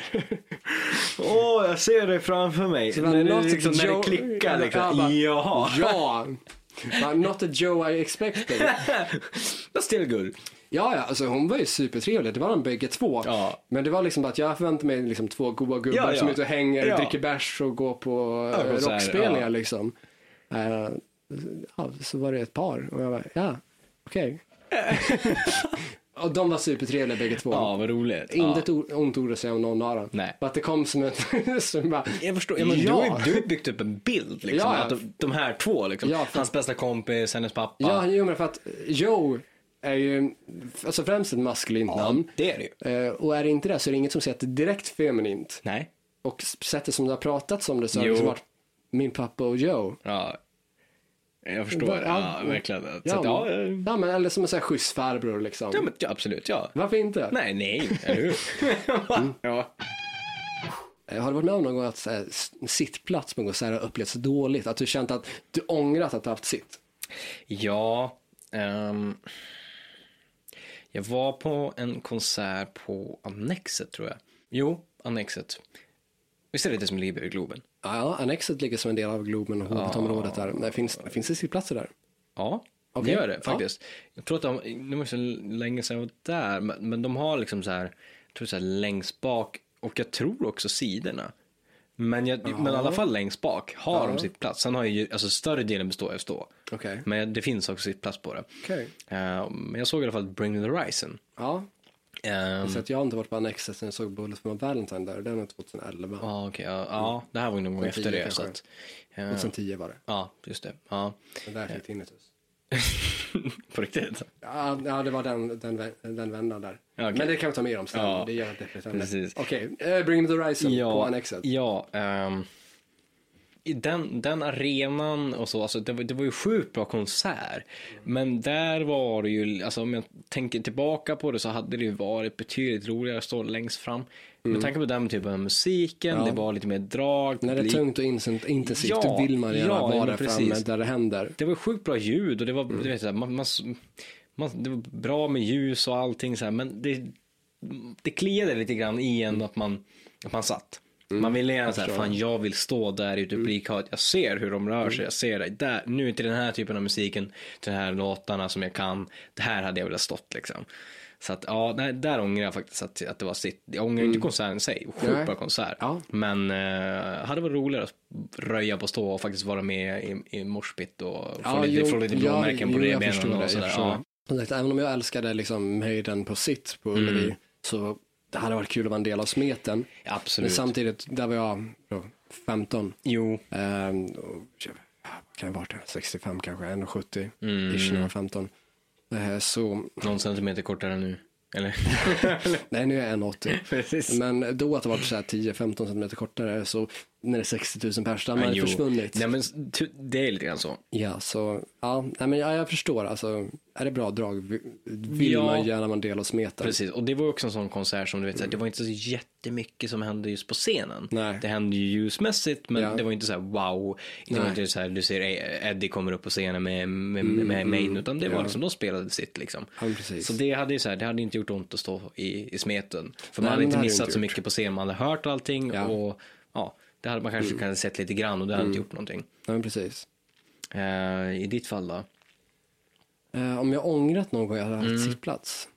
Åh, oh, jag ser det framför mig. Så när, det, liksom, när det klickar, liksom. Ja, bara, jaha. Ja, but not a Joe I expected. That's still good. Ja, ja, alltså hon var ju supertrevlig. Det var de bägge två. Ja. Men det var liksom bara att jag förväntade mig liksom två goda gubbar ja, ja. Som är ute och hänger, ja. Dricker bärs och går på ja, rockspelningar ja. Liksom. Uh, ja, så var det ett par. Och jag var, ja, okej. Okay. Och de var supertrevliga bägge två. Ja, vad roligt. Inte ja. ett ont ord att säga om någon av dem. Nej. För att det kom som ett... som bara, jag förstår, ja, men ja. Du har ju byggt upp en bild liksom. Ja. Att de, de här två, liksom. Ja, för... hans bästa kompis, hennes pappa. Ja, jo, men för att Joe är ju alltså främst ett maskulint ja, namn. Det är det ju. Och är det inte det så är det inget som säger att det är direkt feminint. Nej. Och sättet som det har pratats om det så har det liksom varit min pappa och Joe. Ja. Jag förstår, ja, ja verkligen. Så ja, att, ja, men, ja, men eller som en sån här schysst farbror liksom. Ja, men, ja, absolut, ja. Varför inte? Nej, nej, eller hur? mm. Ja. Har du varit med om någon gång att så här, sittplats på något så här upplevts dåligt? Att du känt att du ångrat att du haft sitt? Ja, um, jag var på en konsert på Annexet tror jag. Jo, Annexet. Visst är det det som ligger bredvid Globen? Ja, Annexet ligger som en del av Globen och hovedområdet ja. Där. Finns, finns det sittplatser där? Ja, okay. Det gör det faktiskt. Ja. Jag tror att de, det var så länge sedan jag var där, men, men de har liksom så här, jag tror så här längst bak och jag tror också sidorna. Men, jag, men i alla fall längst bak har ja. De sitt plats. Sen har ju, alltså större delen består av stå. Okay. Men det finns också sitt plats på det. Okay. Uh, men jag såg i alla fall Bring the Horizon. Ja. Um, så att jag har inte varit på Annexet sen jag såg Bullet for my Valentine där. Den är tjugoelva. Ja, okej. Okay, ja, ja, det här var ju någon gång efter det. Så att, uh, tjugohundratio var det. Ja, just det. Ja. Men där fick tinnitus. På riktigt? Ja, ja, det var den, den, den vändan där. Okay. Men det kan vi ta mer om sen. Ja, det gör det precis. Okej, okay. uh, Bring the Horizon ja, på Annexet. Ja, um, i den, den arenan och så, alltså det, var, det var ju sjukt bra konsert. Men där var det ju, alltså om jag tänker tillbaka på det så hade det ju varit betydligt roligare att stå längst fram. Mm. Med tanke på den typen av musiken, ja. Det var lite mer drag. När det är tungt och intensivt, ja, då vill man gärna ja, vara där framme där det händer. Det var sjukt bra ljud och det var, mm. du vet, man, man, man, det var bra med ljus och allting så här, men det, det kliade lite grann i en att man, att man satt. Mm. Man vill gärna säga, fan jag vill stå där i publikhavet. Jag ser hur de rör sig, jag ser det där, nu till den här typen av musiken, till de här låtarna som jag kan. Det här hade jag velat stått liksom. Så att ja, nej, där ångrar jag faktiskt att, att det var sitt. Jag ångrar mm. inte konserten i sig, sjukt bra konsert. Ja. Men eh, hade varit roligare att röja på stå och faktiskt vara med i, i morspit och få ja, lite, få lite blåmärken ja, på revbenen och sådär. Ja. Även om jag älskade liksom höjden på sitt på Ullevi mm. så det hade varit kul att vara en del av smeten. Absolut. Men samtidigt, där var jag då, femton. Jo. Ehm, och, kan det vara sextiofem kanske, en komma sjuttio mm. ish när jag var femton. Ehm, så... Någon centimeter kortare nu, eller? Nej, nu är jag en komma åttio. Precis. Men då att det var så här tio femton centimeter kortare så när det är sextio tusen pers, där man är försvunnit. Nej, men det är lite grann så. Ja, så, ja, nej, men jag, jag förstår, alltså, är det bra drag, vill ja. man gärna man dela och smeta. Precis, och det var också en sån konsert som du vet, mm. det var inte så jättemycket som hände just på scenen. Nej. Det hände ju ljusmässigt, men ja. det var inte så här wow. Det var inte så här, du ser Eddie kommer upp på scenen med, med, mm, med Main, mm, utan det var ja. liksom, de spelade sitt liksom. Ja, precis. Så det hade ju så här, det hade inte gjort ont att stå i, i smeten. För nej, man hade inte missat inte så mycket på scenen, man hade hört allting ja. och ja, det hade man kanske mm. kunnat sett lite grann och det hade mm. inte gjort någonting. Ja, precis. Uh, I ditt fall då? Uh, om jag ångrat någon gång jag hade haft mm. sittplats?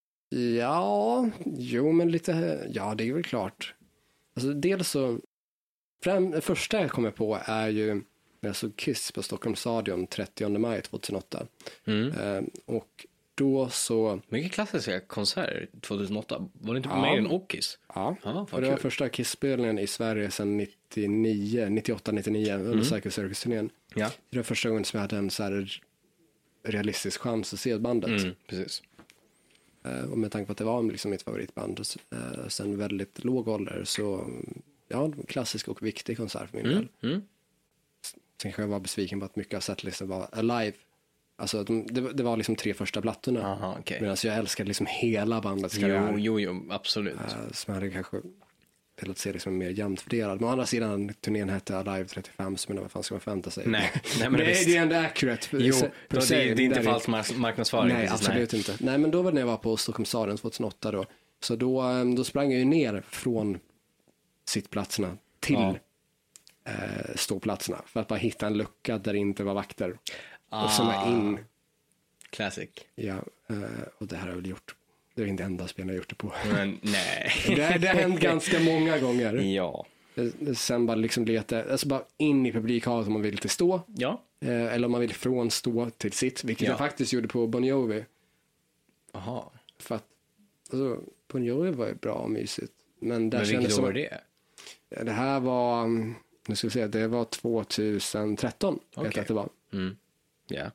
Ja, jo men lite, ja det är väl klart. Alltså dels så, fram, det första jag kommer på är ju när jag såg Kiss på Stockholm Stadion trettionde maj tjugohundraåtta. Mm. Uh, och då så... Mycket klassiska konserter tjugohundraåtta. Var det inte på ja. Maiden och Kiss? Ja, ja och det var första Kiss-spelningen i Sverige sedan nittionio, nittioåtta nittionio under mm. Psycho Circus-turnén. Ja. Det var första gången som jag hade en så här realistisk chans att se bandet. Mm, precis. Uh, och med tanke på att det var liksom mitt favoritband uh, sen väldigt låg ålder så ja, klassisk och viktig konsert för min mm. del. Mm. Sen kan jag vara besviken på att mycket av setlisten var Alive. Alltså de, det, det var liksom tre första plattorna. Aha, okay. Medan jag älskade liksom hela bandets karriär. Jo, jo, jo, absolut. Uh, som jag hade kanske velat se liksom mer jämnt fördelad. Men å andra sidan, turnén hette Alive trettiofem, så men vad fan ska man förvänta sig? Nej, nej men det, det, det är ändå accurate. Jo, då, det, det är inte falsk mark- marknadsföring. Nej, precis, absolut nej. inte. Nej, men då var det när jag var på Stockholm Stadion tjugohundraåtta då. Så då, då sprang jag ju ner från sittplatserna till ja. eh, ståplatserna. För att bara hitta en lucka där det inte var vakter. Ah. Och så in. Classic. Ja, och det här har jag väl gjort. Det är inte enda spelen jag gjort det på. Men nej. det, det har hänt ganska många gånger. Ja. Sen bara liksom leta, alltså bara in i publikhavet om man vill till stå. Ja. Eller om man vill från stå till sitt, vilket ja. jag faktiskt gjorde på Bon Jovi. Aha. För att, alltså, Bon Jovi var ju bra och mysigt. Men, där men vilket år var det? Det här var, nu ska vi se, det var tjugohundratretton. Okay. Vet jag att det var. Mm. Ja. Yeah.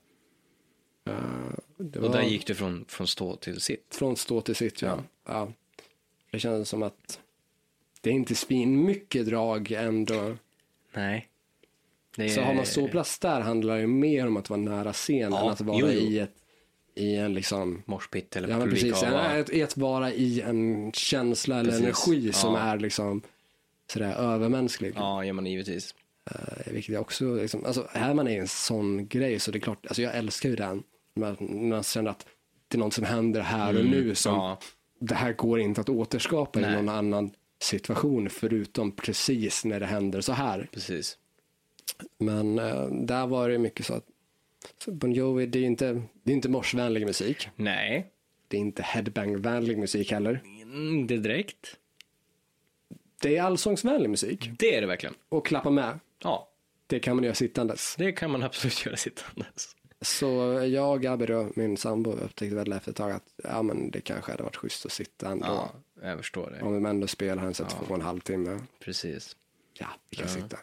Uh, det och var... där gick du från, från stå till sitt? Från stå till sitt, ja. ja. ja. Det kändes som att det är inte svin mycket drag ändå. Nej. Det är... Så har man ståplats där handlar det mer om att vara nära scenen ja, än att vara jo, jo. i ett i en liksom morspitt eller ja, men precis, att, att vara i en känsla eller precis. energi som ja. är liksom sådär övermänsklig. Ja, ja men givetvis. Uh, vilket jag också liksom, alltså är man i en sån grej så det är klart, alltså jag älskar ju den men man känner att det är något som händer här mm, och nu som ja. det här går inte att återskapa Nej. i någon annan situation förutom precis när det händer så här. Precis. Men uh, där var det mycket så att så Bon Jovi, det är inte det är inte morsvänlig musik. Nej. Det är inte headbang-vänlig musik heller. Mm, det är direkt. Det är allsångsvänlig musik. Det är det verkligen. Och klappa med. Ja. Det kan man göra sittandes. Det kan man absolut göra sittandes. Så jag, Gabi och min sambo upptäckte väl efter ett tag att ja, men det kanske hade varit schysst att sitta ändå. Ja, jag förstår det. Om vi ändå spelar en så ja. två och en halv timme. Precis. Ja, vi kan ja. sitta.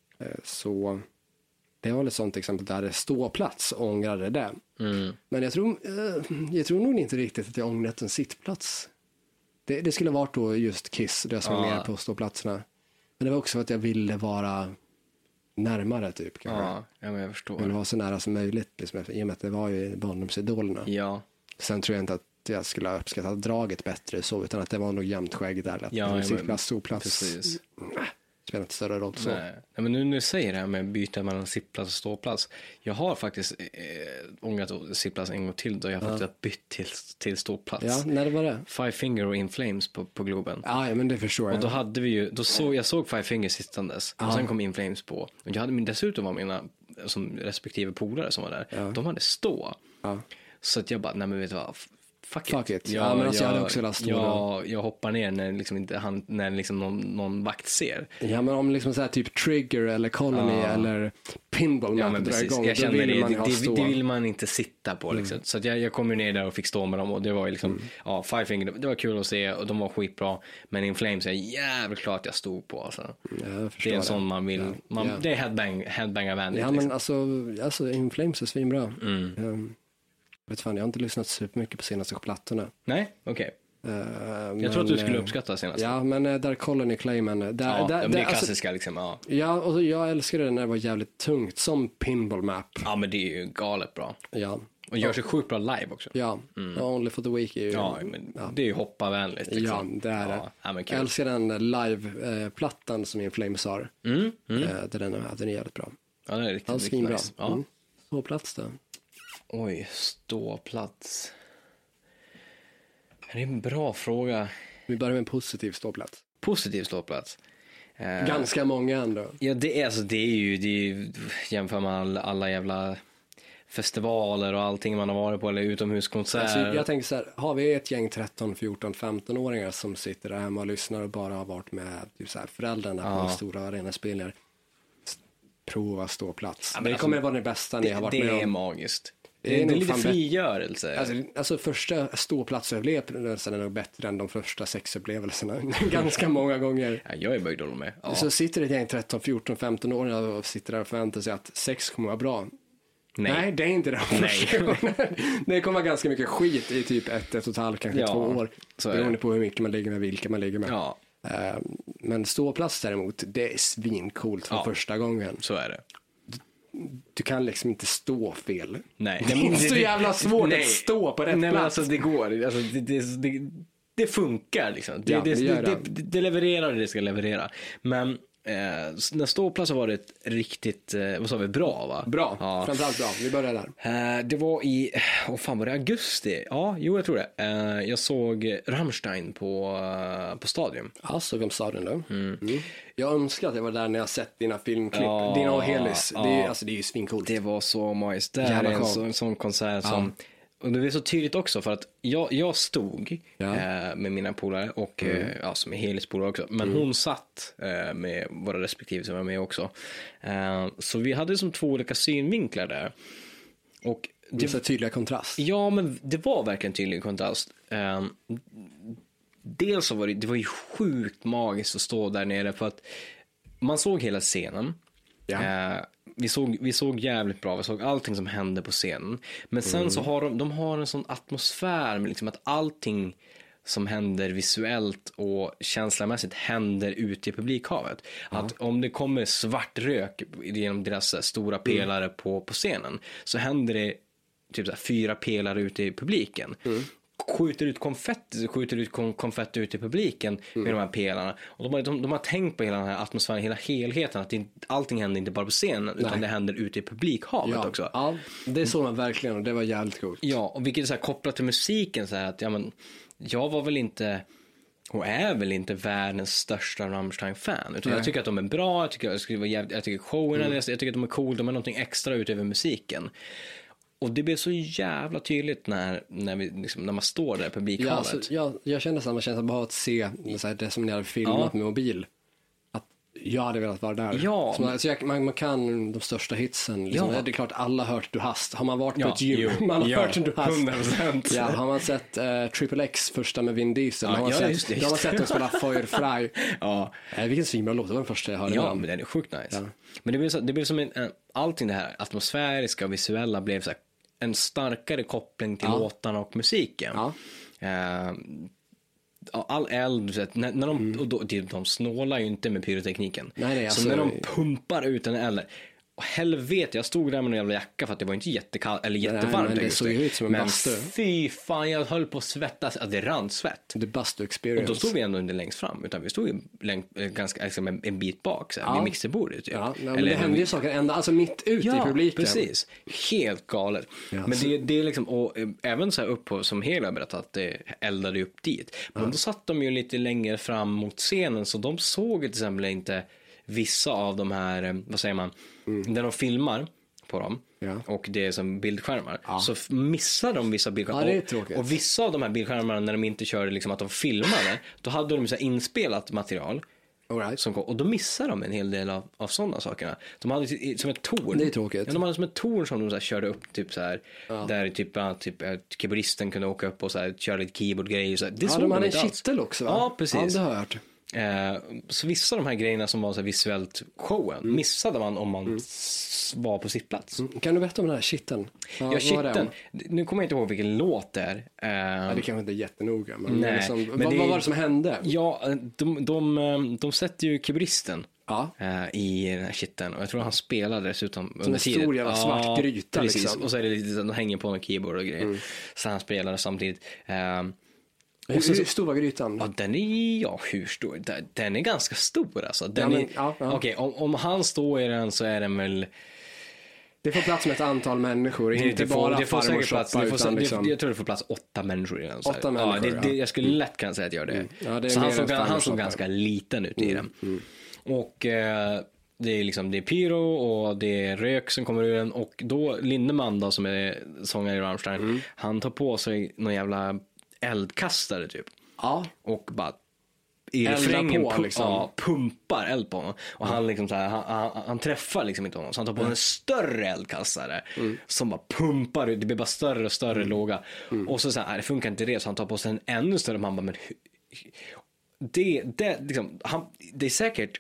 Så det var väl ett sånt exempel där det ståplats och ångrade det. Mm. Men jag tror, jag tror nog inte riktigt att jag ångrat en sittplats. Det, det skulle ha varit då just Kiss, där jag såg ja. ner på ståplatserna. Men det var också för att jag ville vara närmare typ. Kanske. Ja, ja, men jag förstår. Jag ville vara så nära som möjligt. Liksom, I och med att det var ju barndomsidolerna. Ja. Sen tror jag inte att jag skulle ha uppskattat draget bättre så, utan att det var nog jämnt skägg där. Att ja, sittplats, ståplats. Precis. Mm. Spelar inte större roll så. Nej. Nej, men nu när du säger det här med byta mellan sittplats och ståplats. Jag har faktiskt äh, ångrat sittplats en gång till då jag ja. faktiskt bytt till, till ståplats. Ja, när det var det? Five Finger och In Flames på, på Globen. Ja, ja, men det förstår jag. Och då hade vi ju, då såg, jag såg Five Finger sittandes ja. och sen kom In Flames på. Och jag hade min, dessutom var mina som respektive polare som var där. Ja. De hade stå. Ja. Så att jag bara, nej men vet du vad, fuck, fuck it. it. Ja, ja, men alltså jag, jag hade också velat stå jag, jag hoppar ner när, liksom inte, han, när liksom någon, någon vakt ser. Ja, men om liksom så här typ Trigger eller Colony ja. eller Pinball ja, men drar igång, jag då vill det, man det, ha det, stå. Det vill man inte sitta på liksom. Mm. Så att jag, jag kom ju ner där och fick stå med dem och det var ju liksom, mm. ja, Five Finger, det var kul att se och de var skitbra. Men In Flames är jävligt klart jag stod på alltså. Ja, det är en sån man vill, ja. Man, ja. det är headbang, headbang-vänligt. Ja, liksom. men alltså, alltså In Flames är svinbra. Mm. Um, vet fan, jag har inte lyssnat supermycket på senaste plattorna. Nej, okej. Okay. Uh, jag men, tror att du skulle uppskatta senast. Ja, men uh, där Colony Clayman. Där, ja, där, det är klassiska alltså, liksom, ja. Ja, och jag älskade det när det var jävligt tungt, som Pinball Map. Ja, men det är ju galet bra. Ja. Och gör sig sjukt bra live också. Ja, mm. Only for the Week är ju... Ja, men ja. Det är ju hoppavänligt. Liksom. Ja, det är det. Ja, ja, men jag älskar den live-plattan som In Flames har. Mm, mm. Den, är, den är jävligt bra. Ja, den är riktigt, riktigt bra. Nice. Ja. Mm. Ståplats då? Oj, ståplats. Det är en bra fråga. Vi börjar med en positiv ståplats. Positiv ståplats. Ganska många ändå. Ja, det är, alltså, det är ju, det är ju jämför med alla, alla jävla festivaler och allting man har varit på, eller utomhuskonserter. Alltså, jag tänker så här, har vi ett gäng tretton, fjorton, femton-åringar som sitter där hemma och lyssnar och bara har varit med typ så här, föräldrarna ja. på stora arenaspelningar, prova ståplats. Ja, det kommer alltså, vara det bästa ni det, har varit det med om. Det är magiskt. Det är, det är lite frigörelse. Alltså, alltså första ståplatsupplevelsen är nog bättre än de första sexupplevelserna. Ganska många gånger. Ja, jag är böjd att med. Ja. Så sitter ett gäng tretton, fjorton, femton år och sitter där och förväntar sig att sex kommer vara bra. Nej. Nej, det är inte det. Nej. Det kommer vara ganska mycket skit i typ ett, ett och ett halvt, kanske ja, två år. Beroende på hur mycket man ligger med, vilka man ligger med. Ja. Men ståplats däremot, det är svincoolt från ja. första gången. Så är det. Du kan liksom inte stå fel. Nej. Det är så jävla svårt nej. att stå på rätt nej, plats. Men alltså det går. Alltså, det, det, det, det funkar liksom. Det, ja, det, det, det, det, det levererar det det ska leverera. Men eh, när ståplatsen var det riktigt, eh, vad sa vi, bra va? Bra, ja. Framförallt bra. Vi börjar där. Eh, det var i, åh fan var det augusti? Ja, jo jag tror det. Eh, jag såg Rammstein på, uh, på Stadion. Ja, såg om Stadion då. Mm. Mm. Jag önskar att jag var där när jag sett dina filmklipp. Ja, dina och Helis. Ja. Det, är, alltså, det är ju svincoolt. Det var så majst. Det är en sån, sån konsert som... Ja. Och det är så tydligt också för att jag, jag stod ja. eh, med mina polare och mm. eh, ja, som är Helis polare också. Men mm. hon satt eh, med våra respektive som var med också. Eh, så vi hade som två olika synvinklar där. Och det var tydliga kontrast. Ja, men det var verkligen tydlig kontrast. Eh, dels så var det, det var ju sjukt magiskt att stå där nere för att man såg hela scenen. Ja. Eh, vi, såg, vi såg jävligt bra, vi såg allting som hände på scenen. Men sen mm. så har de, de har en sån atmosfär med liksom att allting som händer visuellt och känslomässigt händer ute i publikhavet. Ja. Att om det kommer svart rök genom deras stora pelare mm. på, på scenen så händer det typ så här, fyra pelare ute i publiken. Mm. Skjuter ut konfetti, skjuter ut konfetti ut i publiken mm. med de här pelarna. Och de har, de, de har tänkt på hela den här atmosfären, hela helheten. Att det, allting händer inte bara på scenen Nej. utan det händer ute i publikhavet ja. också. Ja, det såg man verkligen och det var jävligt coolt. Ja, och vilket är så här kopplat till musiken så här att ja, men, jag var väl inte och är väl inte världens största Rammstein-fan. Utan jag tycker att de är bra, jag tycker, jag tycker, jag tycker showen, mm. jag tycker att de är cool, de är någonting extra utöver musiken. Och det blev så jävla tydligt när, när, vi, liksom, när man står där i publikhavet. Ja, alltså, jag, jag kände samma känsla bara att se så här, det som ni hade filmat ja. med mobil. Att jag hade velat vara där. Ja. Så man, alltså, jag, man, man kan de största hitsen. Liksom. Ja. Det är klart alla har hört Du hast. Har man varit på ja, ett gym, jo, man har ja, hört Du hast. hundra procent. Ja, har man sett uh, Triple X första med Vin Diesel? Ja, har man ja, sett, just det, just har man sett dem spela Feuerfrei? Ja. Eh, vilken svinbra låt, det var den första jag hörde. Ja, men den är sjukt nice. Ja. Men det blev, så, det blev som en, en, allting det här atmosfäriska och visuella blev så här en starkare koppling till ja. låtarna och musiken. Ja. Uh, all eld, när, när de, mm. och då, de snålar ju inte med pyrotekniken. Nej, nej, alltså, så när de pumpar ut en eld, och helvete, jag stod där med en jävla jacka för att det var inte jättekallt eller jättevarmt. Nej, men det såg ut som en men bastu. Fy fan, jag höll på att svettas, alltså, det rann svett. The bastu experience. Och då stod vi ändå inte längst fram, utan vi stod ju längs, ganska, liksom en, en bit bak, såhär, ja. vid mixerbordet. Typ. Ja, men eller, det hände ju saker ända, alltså mitt ut ja, i publiken. Precis. Helt galet. Ja, men det, det är liksom, och även så här upp på, som Hela berättat, att det eldade upp dit. Men ja. då satt de ju lite längre fram mot scenen, så de såg till exempel inte vissa av de här, vad säger man, mm. när de filmar på dem ja. och det är som bildskärmar ja. så missar de vissa bildskärmar ja, och, och vissa av de här bildskärmarna när de inte körde liksom att de filmade, då hade de så här inspelat material right. som kom, och då missar de en hel del av, av sådana sakerna. De hade som ett torn. Det är tråkigt. Ja, de hade som ett torn som de så här körde upp typ så här ja. där typ, ja, typ keyboardisten kunde åka upp och så här köra lite keyboardgrejer så här. Det ja, såg de hade en kittel också va? Ja, precis. Ja, det har jag hört. Eh, så vissa av de här grejerna som var så här visuellt showen mm. missade man om man mm. var på sitt plats. Mm. Kan du berätta om den här shitten? Ja, ja shitten. Nu kommer jag inte ihåg vilken låt det är. Eh, ja, det kanske inte är jättenoga. Men, nej, liksom, men vad, det, vad var det som hände? Ja, de, de, de, de sätter ju keyboardisten ja. eh, i den här shitten. Och jag tror han spelade dessutom som under tiden. Som en stor jävla svart ja, gryta. Precis, liksom. Och så är det lite så de hänger på en keyboard och grejer. Mm. Så han spelade samtidigt. Eh, Och så, hur stor var grytan? Ja, den är, ja, hur stor? Den är ganska stor alltså. Den ja, men, ja, ja. Okej, om, om han står i den så är den väl... Det får plats med ett antal människor, det, inte det får, bara det får säkert plats, shoppa, det får, utan det, liksom... Jag tror det får plats åtta människor i den. Åtta ja, människor, det, det, jag skulle lätt kunna säga att jag gör det. Mm. Ja, det är så han såg, han såg shoppa. ganska liten ut i mm. den. Mm. Och eh, det är liksom, det är pyro och det är rök som kommer ur den. Och då Lindemann då, som är sångare i Rammstein, mm. han tar på sig någon jävla eldkastare typ. Ja. Och bara i refrängen på, liksom. ja, pumpar eld på honom. Och han, liksom så här, han, han, han träffar liksom inte honom. Så han tar på mm. en större eldkastare mm. som bara pumpar ut. Det blir bara större och större mm. låga. Mm. Och så, så här, det funkar inte det. Så han tar på sig en ännu större. Man bara, men det, det, liksom, han, det är säkert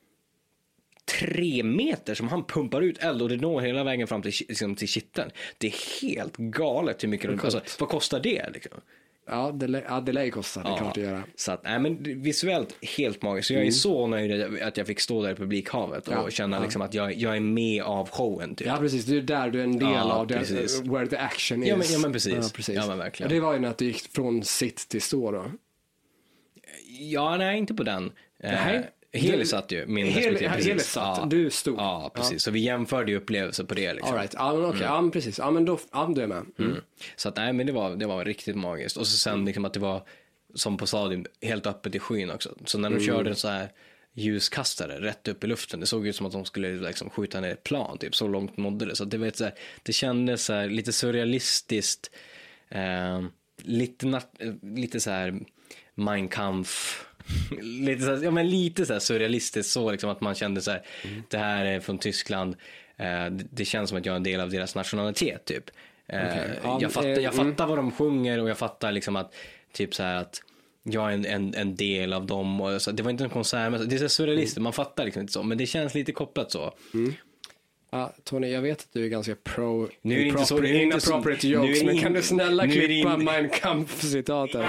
tre meter som han pumpar ut eld och det når hela vägen fram till, liksom, till kitteln. Det är helt galet hur mycket det, alltså, vad kostar det liksom? Ja, det, ja, det lär kosta, det ja, klart att göra. Så att, nej, men visuellt helt magiskt. Så jag är mm. så nöjd att jag fick stå där i publikhavet och ja, känna ja. Liksom att jag, jag är med av showen. Typ. Ja, precis. Du är där, du är en del ja, av det, where the action is. Ja, men, ja, men precis. Ja, precis. Ja, men verkligen. Ja, det var ju när du gick från sitt till stå då. Ja, nej, inte på den. Nej. Heli satt ju min Heli, Heli satt, ja. Du stod. Ja, precis. Ja. Så vi jämförde ju upplevelser på det liksom. All right. Ja, men okej. Okay. Mm. Ja, precis. Ja, men då ja, du är med. Mm. Mm. Så att nej, men det var det var riktigt magiskt. Och så sen liksom att det var som på stadion helt öppet i skyn också. Så när de mm. körde en så här ljuskastare rätt upp i luften, det såg ut som att de skulle liksom skjuta ner ett plan typ, så långt nådde det. Så att det vet så här, det kändes så här, lite surrealistiskt eh, lite nat- lite så här Mein Kampf lite så här, ja men lite så här surrealistiskt så liksom att man kände så här mm. det här är från Tyskland, eh, det, det känns som att jag är en del av deras nationalitet typ. Eh, okay. ja, jag fattar, jag fattar mm. vad de sjunger och jag fattar liksom att typ så här att jag är en, en, en del av dem och så, det var inte en konsert, men det är så surrealistiskt, mm. man fattar liksom inte så, men det känns lite kopplat så. Mm. Ja, Tony, jag vet att du är ganska pro nu är det inte så, nu är det inte så, jokes, men in, kan du snälla klippa in... Mein Kampf-citaten?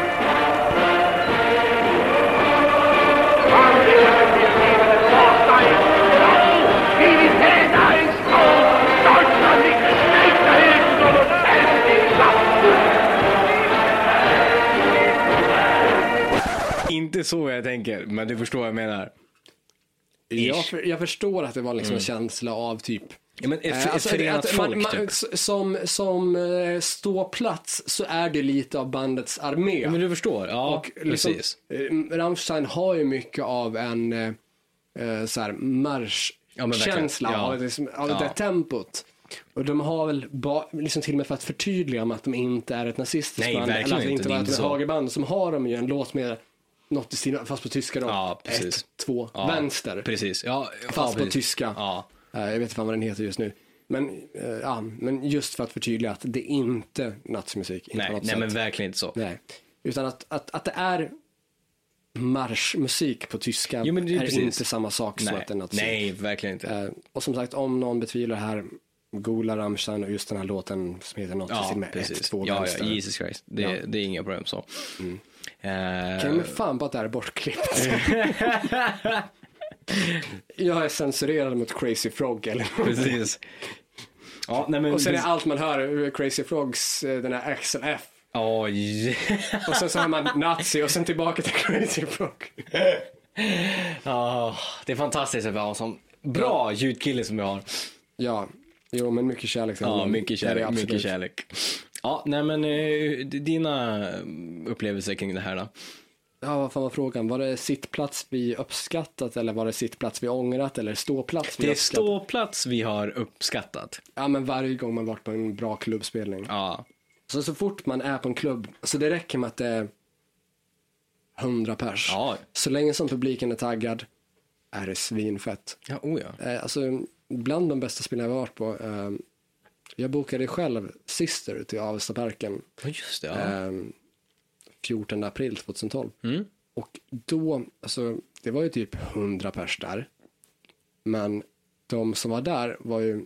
Inte så jag tänker, men du förstår vad jag menar. Jag, för, jag förstår att det var liksom mm. en känsla av typ ja, men f- äh, alltså, förenat att folk, man, man, typ. som, som uh, ståplats så är det lite av bandets armé. Ja, men du förstår, ja, och liksom, precis. Rammstein har ju mycket av en uh, så här marschkänsla ja, av, liksom, av ja. det tempot. Och de har väl ba, liksom till och med för att förtydliga om att de inte är ett nazistiskt Nej, band, eller att det inte var ett högerband, som har de ju en låt med något i stil, fast på tyska då. Ja, precis. Ett, två, ja, vänster. Precis. Ja, fast ja, på precis. tyska. Ja. Uh, jag vet inte vad den heter just nu. Men, uh, ja, men just för att förtydliga att det är inte nazimusik. Inte nej, nej men verkligen inte så. Nej. Utan att, att, att det är marschmusik på tyska jo, det är, är inte samma sak som nej. att det är nazi. Nej, verkligen inte. Uh, och som sagt, om någon betvivlar här, googla Rammstein och just den här låten som heter något ja, med precis. ett, två, ja, vänster. Ja, Jesus Christ. Det, ja. det är inga problem så. Mm. Uh... Kan jag med fan bara att det här är bortklippt? Jag är censurerad mot Crazy Frog eller precis. Ja, nej, men och sen är allt man hör Crazy Frogs, den här Axel F. Oj. Och sen så har man nazi och sen tillbaka till Crazy Frog. Ja, det är fantastiskt att vi har som bra ljudkille som vi har. Ja, jo men mycket kärlek. Ja, mycket kärlek, mycket kärlek. Ja, nej men eh, dina upplevelser kring det här då? Ja, vad fan var frågan? Var det sittplats vi uppskattat eller var det sittplats vi ångrat eller ståplats vi det är uppskattat? Ståplats vi har uppskattat. Ja, men varje gång man varit på en bra klubbspelning. Ja. Så så fort man är på en klubb, så det räcker med att det är hundra pers. Ja. Så länge som publiken är taggad är det svinfett. Ja, oh ja. Eh, alltså, bland de bästa spelen jag har varit på, eh, jag bokade själv Sister till Avestaparken. Ja, just det. Ja. Eh, fjortonde april tjugotolv. Mm. Och då, alltså det var ju typ hundra pers där. Men de som var där var ju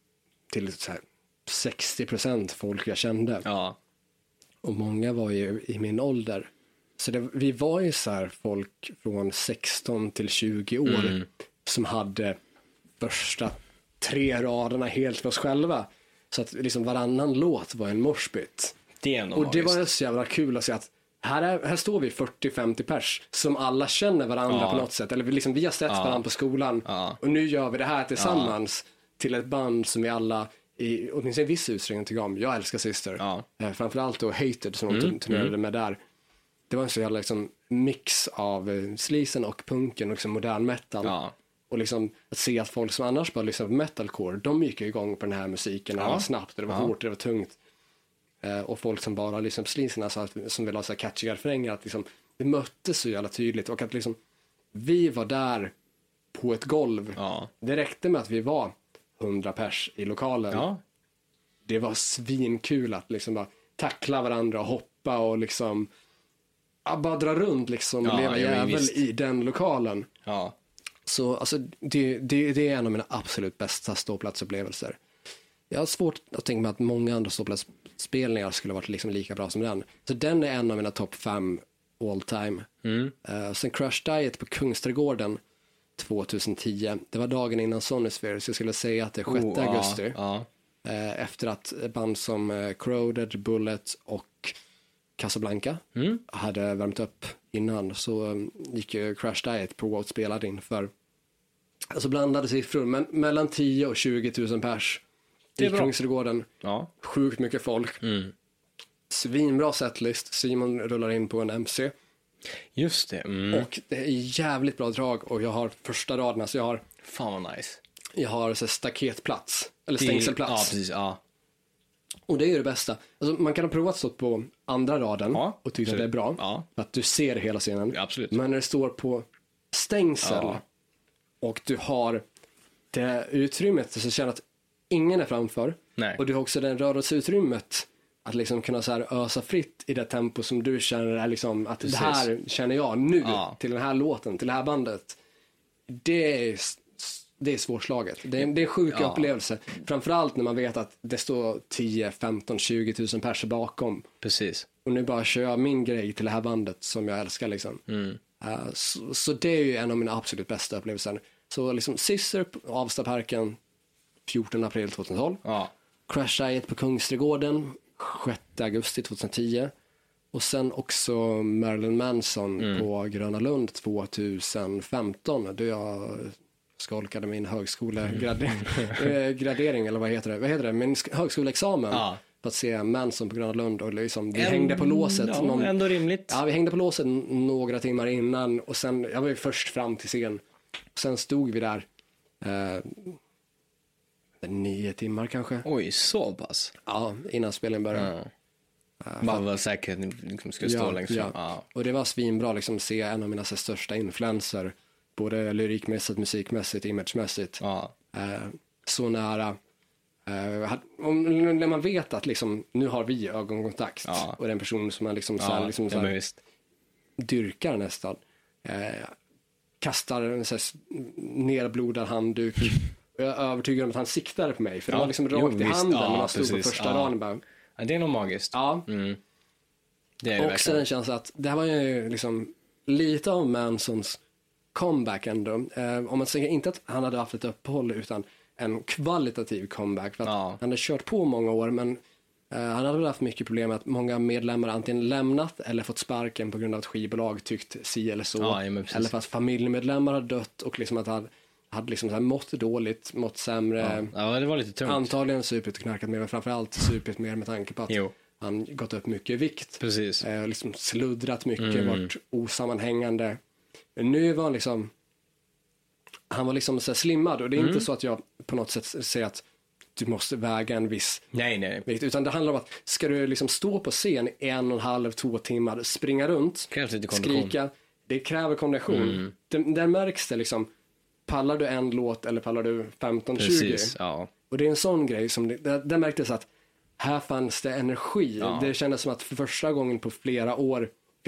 till så här sextio procent folk jag kände. Ja. Och många var ju i min ålder. Så det, vi var ju så här folk från sexton till tjugo år mm. som hade första tre raderna helt för oss själva. Så att liksom varannan låt var en moshpit. Det är och det var så jävla kul att se att här, är, här står vi fyrtio femtio pers som alla känner varandra ja. på något sätt. Eller liksom, vi har sett ja. varandra på skolan ja. och nu gör vi det här tillsammans ja. till ett band som vi alla i åtminstone en viss utsträckning tycker om. Jag älskar Sister. Ja. Eh, framförallt då Hated som mm. de turnerade mm. med där. Det var en så jävla liksom, mix av eh, sleazen och punken och liksom modern metal. Ja. Och liksom att se att folk som annars bara lyssnar på metalcore, de gick igång på den här musiken. Ja. Det var snabbt, det var ja. hårt, det var tungt. Eh, och folk som bara lyssnar på sleazen, alltså, som vill ha så här catchiga refränger, att liksom, det möttes så jävla tydligt. Och att liksom, vi var där på ett golv. Ja. Det räckte med att vi var hundra pers i lokalen. Ja. Det var svinkul att liksom bara tackla varandra och hoppa och liksom ja, bara dra runt liksom och ja, leva jävel i den lokalen. Ja. Så alltså, det, det, det är en av mina absolut bästa ståplatsupplevelser. Jag har svårt att tänka mig att många andra ståplatsspelningar skulle varit liksom lika bra som den. Så den är en av mina topp fem all time. Mm. Uh, sen Crash Diet på Kungsträdgården tjugohundratio. Det var dagen innan Sonisphere, så jag skulle säga att det är sjätte oh, augusti. Ja, ja. Uh, efter att band som uh, Corroded, Bullet och Casablanca mm. hade värmt upp innan, så um, gick ju Crash Diet på och spelade in för alltså blandade siffror, men mellan tio och tjugo tusen pers i Kungsträdgården. Ja. Sjukt mycket folk. Mm. Svinbra setlist. Simon rullar in på en M C. Just det. Mm. Och det är jävligt bra drag, och jag har första raden, så jag har fan vad nice. Jag har så staketplats eller stängselplats. Ja, precis, ja. Och det är ju det bästa. Alltså, man kan ha provat stå på andra raden ja, och tycka att det är bra. Ja. För att du ser hela scenen. Ja, absolut. Men när det står på stängsel ja. och du har det utrymmet så känner att ingen är framför. Nej. Och du har också det rörelseutrymmet att liksom kunna så här ösa fritt i det tempo som du känner är liksom att precis. Det här känner jag nu ja. till den här låten, till det här bandet. Det är Det är svårslaget. Det är, det är en sjuk ja. upplevelse. Framförallt när man vet att det står tio, femton, tjugo tusen personer bakom. Precis. Och nu bara kör jag min grej till det här bandet som jag älskar liksom. Mm. Uh, så, så det är ju en av mina absolut bästa upplevelser. Så liksom Sister på Avstaparken fjortonde april tjugotolv. Ja. Crash Diet på Kungsträdgården sjätte augusti tjugotio. Och sen också Marilyn Manson mm. på Gröna Lund tjugofemton. Då jag skolkade min högskolegradering eller vad heter det? Vad heter det? Min högskoleexamen. Ja. För att se Manson på Gröna Lund, och liksom, vi en, hängde på låset. Ja, någon, ändå rimligt. Ja, vi hängde på låset några timmar innan, och sen, jag var ju först fram till scen. Och sen stod vi där eh, nio timmar kanske. Oj, så pass? Ja, innan spelningen började. Ja. Uh, Man var säker att ni liksom skulle stå ja, längst fram. Ja. Ja. Och det var svinbra liksom se en av mina så, största influenser, både lyrikmässigt, musikmässigt, imagemässigt. Ja. Uh, så nära. Uh, om, när man vet att liksom, nu har vi ögonkontakt ja. och den personen som man liksom, ja, så här, liksom, så här, dyrkar nästan. Uh, kastar en så här, nerblodad handduk. Och jag är övertygad om att han siktade på mig. För ja. det var liksom rakt jo, i handen ja, när man stod precis. på första ja. dagen. Bara, ja, det är nog magiskt. Ja. Mm. Det är och det sen den känslan att det här var ju liksom lite av Mansons comeback ändå. Eh, om man säger inte att han hade haft ett uppehåll, utan en kvalitativ comeback. För att ja. han hade kört på många år, men eh, han hade väl haft mycket problem med att många medlemmar antingen lämnat eller fått sparken på grund av att skivbolag tyckt si eller så. Ja, eller för att familjemedlemmar hade dött, och liksom att han hade liksom så här mått dåligt, mått sämre. Ja, ja det var lite tungt. Antagligen supit och knarkat mer, men framförallt supit mer med tanke på att jo. han gått upp mycket i vikt. Precis. Eh, liksom sluddrat mycket, mm. varit osammanhängande. Men nu var han liksom, han var liksom så här slimmad, och det är mm. inte så att jag på något sätt säger att du måste väga en viss nej, nej. vikt, utan det handlar om att ska du liksom stå på scen i en och en halv, två timmar, springa runt, skrika, det kräver kondition. Mm. Det, där märks det liksom, pallar du en låt eller pallar du femton tjugo? Ja. Och det är en sån grej som, det, där, där märktes att här fanns det energi. Ja. Det kändes som att för första gången på flera år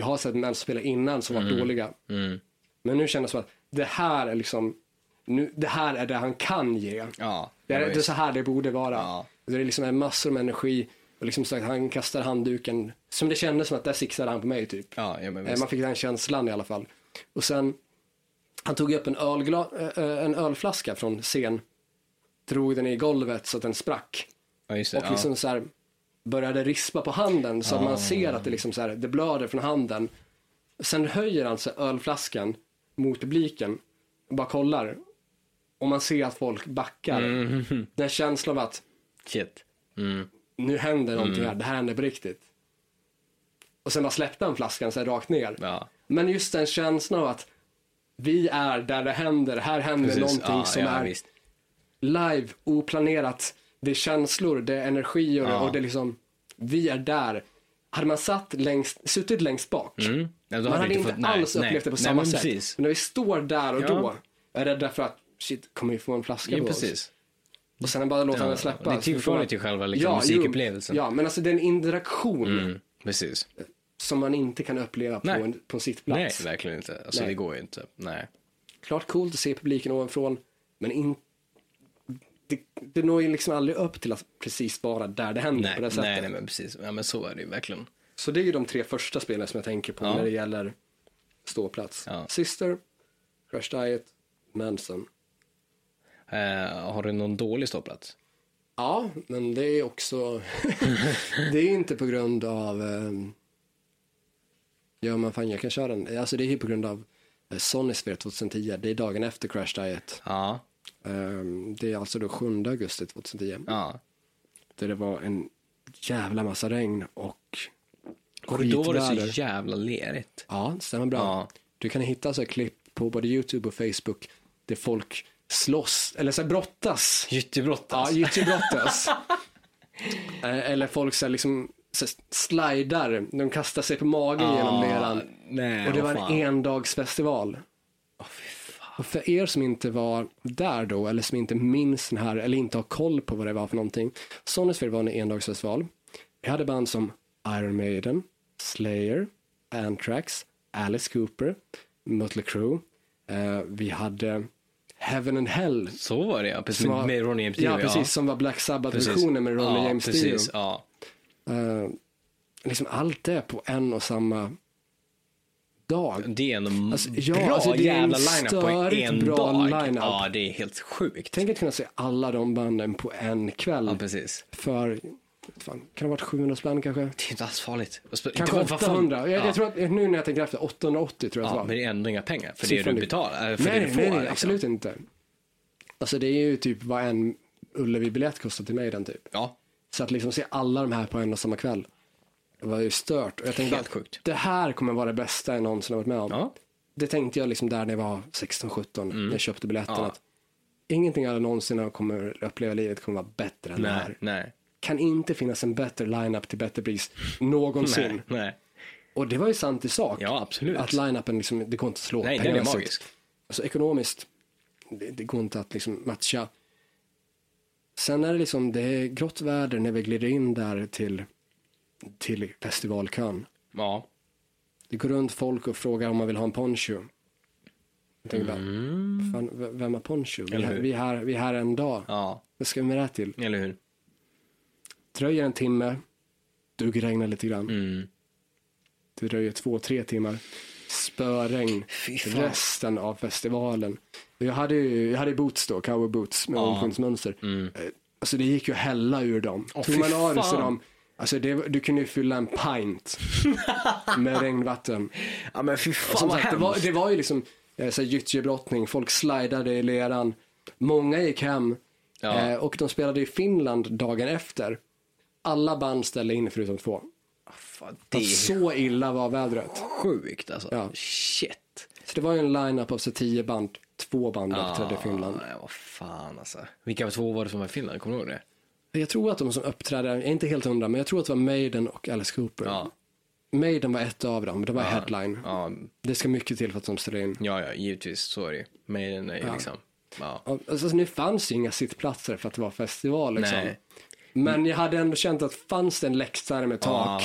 jag har sett män spela innan som var Mm. dåliga. Mm. Men nu känns det som att det här är liksom, nu, det här är det han kan ge. Ja, Det är, ja, det är visst. så här det borde vara. Ja. Det är liksom en massor med energi. Och liksom så att han kastar handduken. Som det kändes som att där sixade han på mig typ. Ja, ja, men Eh, visst. Man fick den känslan i alla fall. Och sen, han tog upp en, ölgla, äh, en ölflaska från scen. Drog den i golvet så att den sprack. Ja, just det. Och liksom ja. så här började rispa på handen. Så att Ah. man ser att det liksom så här, det blöder från handen. Sen höjer han så ölflaskan mot publiken. Och bara kollar. Och man ser att folk backar. Mm. Den känslan av att Shit. Mm. nu händer någonting Mm. här, det här händer på riktigt. Och sen bara släppte han flaskan så här rakt ner. Ja. Men just den känslan av att vi är där det händer, här händer Precis. någonting Ja, som ja, är visst. live, oplanerat. Det är känslor, det är energi och, Ja. och det är liksom, vi är där. Hade man satt längst, suttit längst bak, Mm. Ja, då man hade du inte fått- nej, alls nej. upplevt det på Nej, samma men sätt. precis. Men när vi står där och Ja. då, är det därför att shit, kommer vi få en flaska Ja, på oss? precis. Och sen bara låta Ja, den släppa. det tillför till själva liksom, Ja, musikupplevelsen. Jo, ja, men alltså det är en interaktion Mm. Precis. som man inte kan uppleva på Nej. en, på en Nej, sittplats. verkligen inte. Alltså Nej. det går ju inte. Nej. Klart coolt att se publiken ovanifrån, men in, det, det når ju liksom aldrig upp till att precis vara där det händer Nej, på det sättet. nej, nej, men precis. Ja, men så är det ju verkligen. Så det är ju de tre första spelen som jag tänker på Ja. när det gäller ståplats. Ja. Sister, Crash Diet, Manson. Eh, har du någon dålig ståplats? Ja, men det är också det är inte på grund av um... ja, men fan, jag kan köra den. Alltså det är ju på grund av uh, Sonisphere tjugohundratio. Det är dagen efter Crash Diet. Ja. Um, det är alltså då sjunde augusti tjugohundratio. Ja. Där det var en jävla massa regn och Och då var det skitväder. så jävla lerigt. Ja, det stämmer bra. Ja. Du kan hitta så här klipp på både YouTube och Facebook där folk slåss, eller så här brottas. Gyttebrottas. Ja, YouTube-brottas. Eh, eller folk så här liksom så här slidar, de kastar sig på magen Ja, genom leran. nej, Och det vad var en fan. endagsfestival. Åh, fy fan. Och för er som inte var där då, eller som inte minns den här, eller inte har koll på vad det var för någonting. Sonisphere var en endagsfestival. Vi hade band som Iron Maiden, Slayer, Anthrax, Alice Cooper, Mötley Crüe. Eh, vi hade Heaven and Hell. Så var det, ja. Precis. Som var- Med Ronny James Dio. Ja, precis. Som var Black Sabbath-versionen med Ronny ja, James Dio. precis. Ja. Eh, liksom allt det på en och samma dag. Det är en Alltså, ja, bra alltså, det är en jävla line-up på störigt en bra dag. line-up. Ja, det är helt sjukt. Tänk att kunna se alla de banden på en kväll. Ja, precis. För, fan, kan det ha varit sjuhundra spänn kanske? Det är inte alls farligt. Kanske Vad fan- åttahundra. Jag, Ja. jag tror att, nu när jag tänker efter, åttahundraåttio tror jag att det Ja, var. men det är ändå inga pengar för det Siffran du ligger- betalar. För nej, det du får, nej, nej, liksom. absolut inte. Alltså det är ju typ vad en Ullevi-biljett kostar till mig den typ. Ja, Så att liksom se alla de här på en och samma kväll. Det var ju stört. Och jag tänkte helt att sjukt. det här kommer vara det bästa jag någonsin har varit med om. Ja. Det tänkte jag liksom där när jag var sexton sjutton när jag köpte biljetten. Ja. Att ingenting jag någonsin kommer uppleva i livet kommer vara bättre än det Nej, här. nej, Kan inte finnas en bättre line-up till bättre pris någonsin. nej, nej. Och det var ju sant i sak. Ja, absolut. Att line-upen liksom, det går inte att slå. Nej, den är pengamässigt. magisk. Alltså ekonomiskt, det, det går inte att liksom matcha. Sen är det liksom, det är grått väder när vi glider in där till, till festivalkön. Ja. Det går runt folk och frågar om man vill ha en poncho. Jag tänker Mm. bara, fan, v- vem har poncho? Vi, Eller är- hur? vi, är här, vi är här en dag. Ja, Vad ska vi med det här till? eller hur? Dröjer en timme, duggregnar lite grann. Mm. Det dröjer två, tre timmar. Spöregn Fy fan. resten av festivalen. Jag hade ju jag hade boots då, cowboy boots med Ja. omskänsmönster. Mm. Eh, Alltså det gick ju att hälla ur dem. Åh, Tog fy man av sig fan. dem, alltså det, du kunde ju fylla en pint med regnvatten. Ja, men fy Och fan som vad sagt, det, var, hemskt. det var ju liksom eh, så här gyttjebrottning, folk slidade i leran. Många gick hem Ja. eh, och de spelade i Finland dagen efter. Alla band ställde in förutom två. Fan, För det att är så illa var vädret. sjukt alltså. Ja. Shit. Så det var ju en line-up av så tio band, två band uppträdde i Finland. Ja, vad fan alltså. Vilka två var det som var i Finland? Kommer du ihåg det? Jag tror att de som uppträdde, jag är inte helt hundra, men jag tror att det var Maiden och Alice Cooper. Ja. Maiden var ett av dem, det var Ja. headline. Ja, Det ska mycket till för att de ställer in. ja, ja givetvis. Så är det ju. Men är ju Ja. liksom. Ja. Och, alltså, nu fanns ju inga sittplatser för att det var festival liksom. Nej. Men jag hade ändå känt att fanns det en läktare med tak,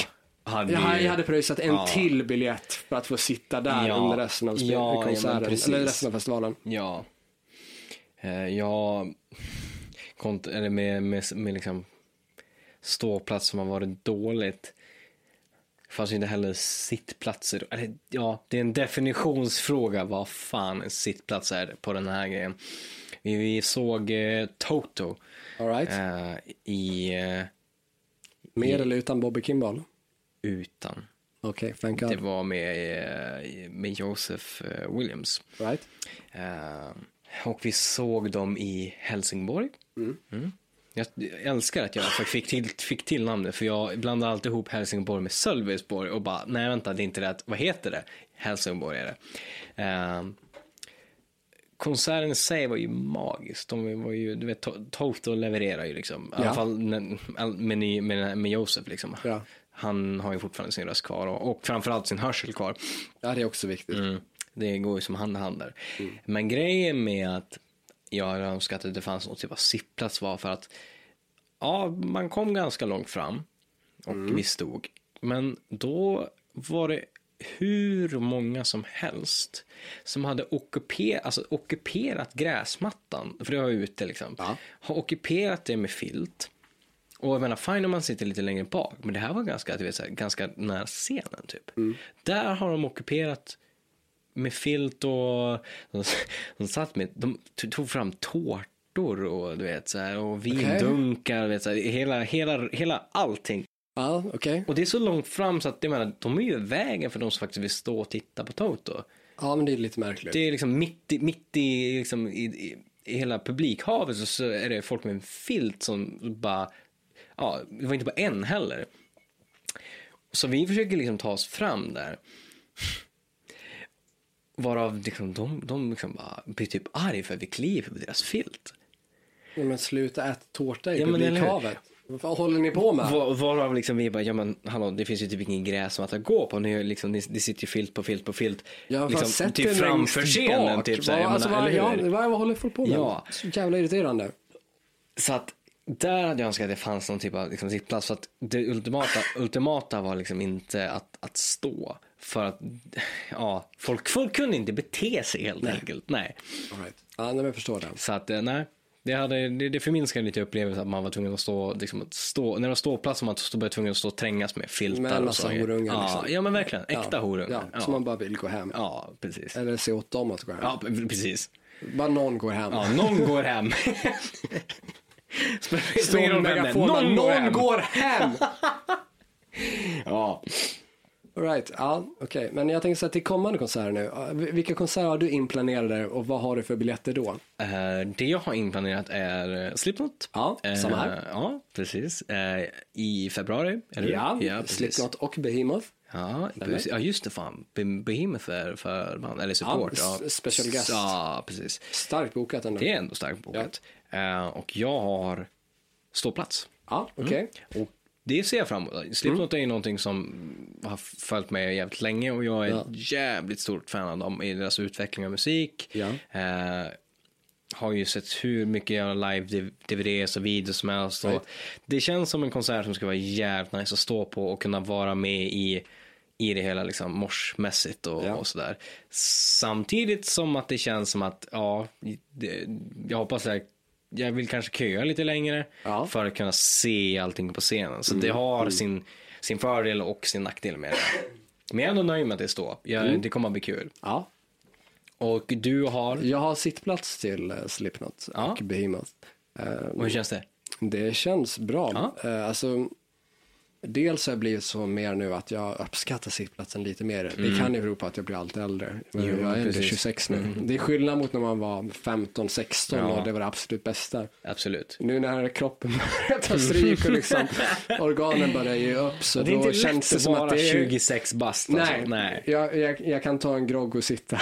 hade jag, ju... jag hade pröjsat en ja. till biljett för att få sitta där ja. under resten av ja, konserten, ja, eller resten av festivalen. Ja. Uh, jag kont- eller med, med, med liksom ståplats som har varit dåligt. Fanns inte heller sittplatser. Eller, ja, det är en definitionsfråga vad fan en sittplats är på den här grejen. Vi, vi såg uh, Toto. All right. uh, i... Uh, Med eller utan Bobby Kimball? Utan. Okej, okay, thank God. Det var med, med Joseph Williams. Right. Uh, och vi såg dem i Helsingborg. Mm. Mm. Jag älskar att jag fick till, fick till namnet, för jag blandar alltid ihop Helsingborg med Sölvesborg och bara, nej vänta, det är inte rätt. Vad heter det? Helsingborg är det. Uh, konserten i sig var ju magisk. De var ju, du vet, Toto levererar ju liksom. I ja. alla fall med, med, med Josef liksom. Ja. Han har ju fortfarande sin röst kvar och, och framförallt sin hörsel kvar. Ja, det är också viktigt. Mm. Det går ju som hand i hand där. Mm. Men grejen med att jag önskar att det fanns något typ av sittplats var för att ja, man kom ganska långt fram och mm. vi stod. Men då var det hur många som helst som hade ockuperat, alltså ockuperat gräsmattan, för det var ute liksom. Ja. Har ockuperat det med filt. Och jag menar, fine om man sitter lite längre bak, men det här var ganska, du vet, så här, ganska nära scenen typ. Mm. Där har de ockuperat med filt och de, de satt med, de tog fram tårtor och du vet så här, och vindunkar, okay. vet, så här, hela, hela, hela allting. Ja, okej. Okay. Och det är så långt fram så att jag menar, de är ju vägen för de som faktiskt vill stå och titta på Toto. Ja, men det är lite märkligt. Det är liksom mitt i, mitt i, liksom, i, i, i hela publikhavet så, så är det folk med en filt som bara, ja, det var inte bara en heller. Så vi försöker liksom ta oss fram där. Varav liksom, de, de liksom bara blir typ arg för att vi kliver på deras filt. Ja, men sluta äta tårta i ja, publikhavet. Vad håller ni på med? Var, varav liksom vi bara, ja men hallå, det finns ju typ ingen gräs som att gå på. Ni, liksom, ni, ni sitter ju filt på filt på filt. Ja, liksom, typ framför scenen. Typ, så här, vad, alltså, menar, vad, ja, vad, vad håller folk på med? Ja. Så jävla irriterande. Så att där hade jag önskat att det fanns någon typ av liksom, sittplats. För att det ultimata, ultimata var liksom inte att, att stå. För att ja, folk, folk kunde inte bete sig helt nej. enkelt. Nej. All right. Ja, nej, jag förstår det. Så att nej. Det, hade, det, det förminskade lite upplevelsen att man var tvungen att stå, liksom, att stå när det var ståplats som man var tvungen att stå och trängas med filtar med en och så. Med horungar ja, liksom. Ja, men verkligen. Äkta ja. horungar. Ja, ja. Som man bara vill gå hem. Ja, precis. Eller se åt dem att gå hem. Ja, precis. Bara någon går hem. Ja, någon går hem. Står megafon, någon, någon går hem. Går hem. Ja. All right, ja, okej. Okay. Men jag tänker så här till kommande konserter nu. Vilka konserter har du inplanerade och vad har du för biljetter då? Uh, det jag har inplanerat är Slipknot. Ja, samma här. Uh, ja, precis. Uh, I februari, eller ja, ja, Slipknot och Behemoth. Ja, precis. Ja, just det fan. Behemoth är för band, eller support. Ja, ja. Special guest. Ja, precis. Starkt bokat ändå. Det är ändå starkt bokat. Ja. Uh, och jag har ståplats. Ja, okej. Okay. Mm. Och det ser jag fram emot. Slipknot mm. är ju någonting som har följt mig jävligt länge och jag är ja. jävligt stort fan av dem i deras utveckling av musik. Ja. Uh, har ju sett hur mycket jag live D V Ds och videos som helst. Right. Och det känns som en konsert som ska vara jävligt nice att stå på och kunna vara med i i det hela liksom morsmässigt och, ja. och sådär. Samtidigt som att det känns som att ja, det, jag hoppas att jag vill kanske köa lite längre ja. för att kunna se allting på scenen. Så mm. det har mm. sin, sin fördel och sin nackdel med det. Men jag är ändå nöjd med att det står. Jag, mm. Det kommer att bli kul. Ja. Och du har? Jag har sittplats till uh, Slipknot ja. och Behemoth. Uh, och hur känns det? Det känns bra. Ja. Uh, alltså, dels har jag blivit så mer nu att jag uppskattar sittplatsen lite mer. Mm. Det kan ju bero på att jag blir allt äldre. Jo, jag är äldre, tjugosex nu. Mm. Det är skillnad mot när man var femton sexton ja. och det var det absolut bästa. Absolut. Nu när kroppen börjar ta stryk och liksom organen börjar ge upp så det är då inte känns det som att det är tjugosex bast. Alltså. Nej, Nej. Jag, jag, jag kan ta en grogg och sitta.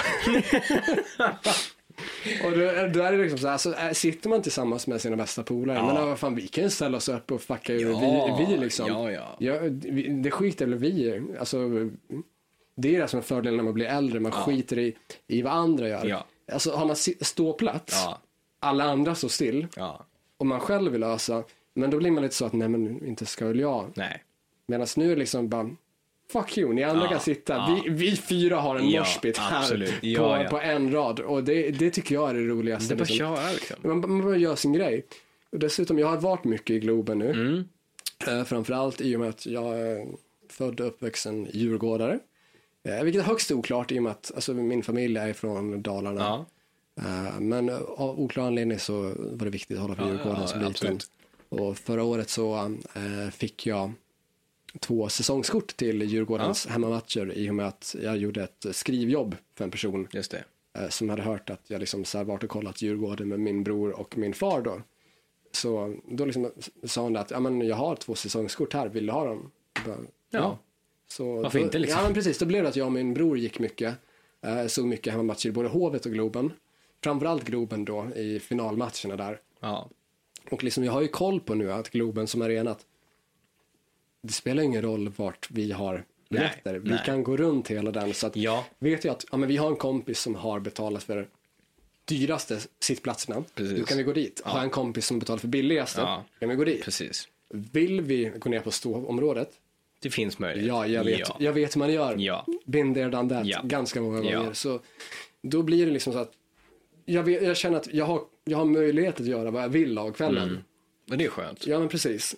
Och då, då är det liksom så här, alltså, sitter man tillsammans med sina bästa polare ja. men vad fan, vi kan ställa oss upp och fucka ur ja. vi, vi liksom ja, ja. Ja, vi, det skiter väl vi alltså, det är det som är fördelen när man blir äldre, man ja. skiter i, i vad andra gör ja. alltså har man ståplats ja. alla andra står still ja. och man själv vill lösa, men då blir man lite så att nej men inte ska väl jag nej. medan nu är liksom bara fuck you, ni andra ja, kan sitta. Ja. Vi, vi fyra har en Ja, moshpit här absolut. på, Ja, ja. på en rad. Och det, det tycker jag är det roligaste. Det är bara liksom. köra liksom. Man, man bara gör sin grej. Och dessutom, jag har varit mycket i Globen nu. Mm. Eh, framförallt i och med att jag är född och uppvuxen djurgårdare. Eh, vilket är högst oklart i och med att alltså, min familj är från Dalarna. Ja. Uh, men av oklar anledning så var det viktigt att hålla på Ja, Djurgården ja, som liten. absolut. Och förra året så uh, fick jag två säsongskort till Djurgårdens Ja. hemmamatcher i och med att jag gjorde ett skrivjobb för en person Just det. uh, som hade hört att jag liksom så här varit och kollat Djurgården med min bror och min far då. Så då liksom sa hon att ja, men jag har två säsongskort här, vill du ha dem? Bara, Ja. ja. Så Varför då, inte liksom? Ja men precis, då blev det att jag och min bror gick mycket. Uh, såg mycket hemmamatcher i både Hovet och Globen. Framförallt Globen då i finalmatcherna där. Ja. Och liksom jag har ju koll på nu att Globen som arena, att det spelar ingen roll vart vi har biljetter. Nej, vi nej. kan gå runt hela den. Så att Ja. vet jag att ja, men vi har en kompis som har betalat för dyraste sittplatserna. Precis. Då kan vi gå dit. Ja. Har jag en kompis som betalar för billigaste, Ja. kan vi gå dit. Precis. Vill vi gå ner på ståområdet? Det finns möjlighet. Ja, jag vet, Ja. jag vet hur man gör. Ja. Been there, done that. Ja. Ganska många Ja. gånger. Så då blir det liksom så att jag, vet, jag känner att jag har, jag har möjlighet att göra vad jag vill av kvällen. Mm. Men det är skönt. Ja, men precis.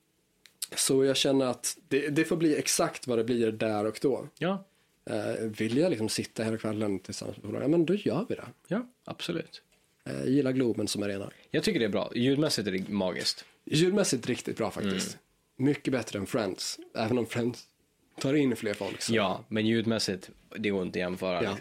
Så jag känner att det, det får bli exakt vad det blir där och då. Ja. Eh, vill jag liksom sitta hela kvällen tillsammans med ja men då gör vi det. Ja, absolut. Eh, jag gillar Globen som arena. Jag tycker det är bra. Ljudmässigt är det magiskt. Ljudmässigt riktigt bra faktiskt. Mm. Mycket bättre än Friends. Även om Friends tar in fler folk. Så. Ja, men ljudmässigt, det går inte att jämföra. Ja.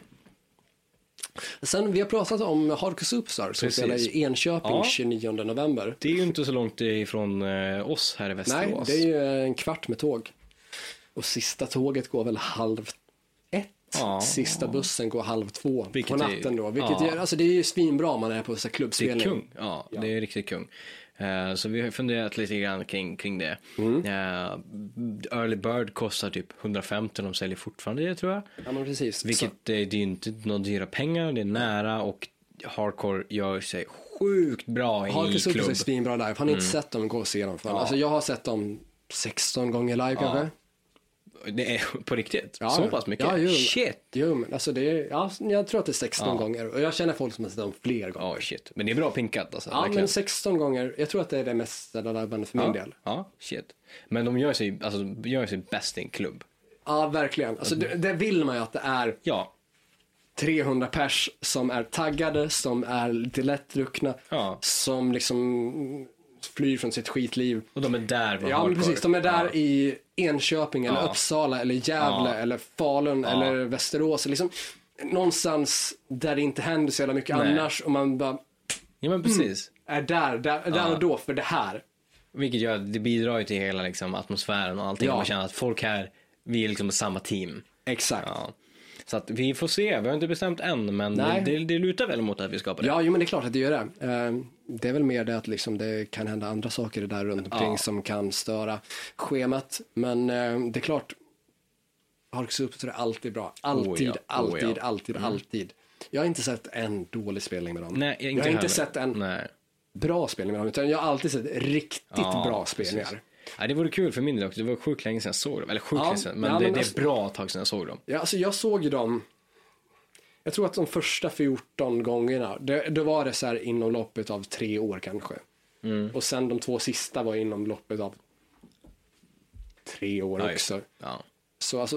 Sen vi har pratat om Hardcore Superstar som Precis. spelar i Enköping Ja. tjugonionde november. Det är ju inte så långt ifrån eh, oss här i Nej, Västerås. det är ju en kvart med tåg. Och sista tåget går väl halv ett. Ja. Sista bussen går halv två Vilket på är- natten då. Vilket ja. är, alltså det är ju svinbra om man är på så här Det är klubbspelning. kung. Ja, Ja. det är riktigt kung. Eh, så vi har funderat lite grann kring, kring det. Mm. Eh, Early Bird kostar typ hundrafemtio, de säljer fortfarande det tror jag. Ja, men precis. Vilket Så, det, det är ju inte några dyra pengar, det är nära och hardcore gör sig sjukt bra Hardcore i Superstar klubb. är svinbra live. Har ni inte sett dem gå och se dem? För? Ja. Alltså jag har sett dem sexton gånger live kanske. Det är på riktigt, Ja, så ja. pass mycket. Ja, jo. Shit! Jo, men alltså det är, ja, jag tror att det är sexton Ja. gånger. Och jag känner folk som har sett dem fler gånger. Ja, shit. Men det är bra pinkat alltså. Ja, verkligen. men sexton gånger. Jag tror att det är det mest ställda livebandet för min ja. del. Ja, shit. Men de gör sig, alltså, de gör sig bäst i en klubb. Ja, verkligen. Alltså det, det vill man ju att det är Ja, trehundra pers som är taggade, som är lite lättdruckna, Ja. som liksom flyr från sitt skitliv. och de är där på Ja, men hardcore. precis. De är där Ja. i Enköping eller Ja. Uppsala eller Gävle Ja. eller Falun Ja. eller Västerås. Liksom, någonstans där det inte händer så jävla mycket Nej. annars och man bara Ja, men precis. är där, där, där Ja. och då för det här. Vilket gör att det bidrar ju till hela liksom, atmosfären och allting. Ja. Man känner att folk här, vi är liksom samma team. Exakt. Ja. Så att vi får se, vi har inte bestämt än, men det, Nej. det, det lutar väl mot att vi skapar det. Ja, jo, men det är klart att det gör det. Eh, Det är väl mer det att liksom det kan hända andra saker där runt omkring Ja. som kan störa schemat. Men eh, det är klart, Hardcore Superstar är alltid bra. Alltid, Oh ja, oh alltid, ja. alltid, alltid. Jag har inte sett en dålig spelning med dem. Nej, inte jag har inte heller. sett en Nej. bra spelning med dem, utan jag har alltid sett riktigt Ja, bra spelningar. precis. Ja, det vore kul för min del också. Det var sjukt länge sedan jag såg dem. Eller sjukt Ja, länge sedan, men, ja, det, men det är alltså- bra tag sedan jag såg dem. Ja, alltså jag såg ju dem, jag tror att de första fjorton gångerna, det, då var det så här inom loppet av tre år kanske. Mm. Och sen de två sista var inom loppet av tre år Ja, just också. det. Ja. Så alltså,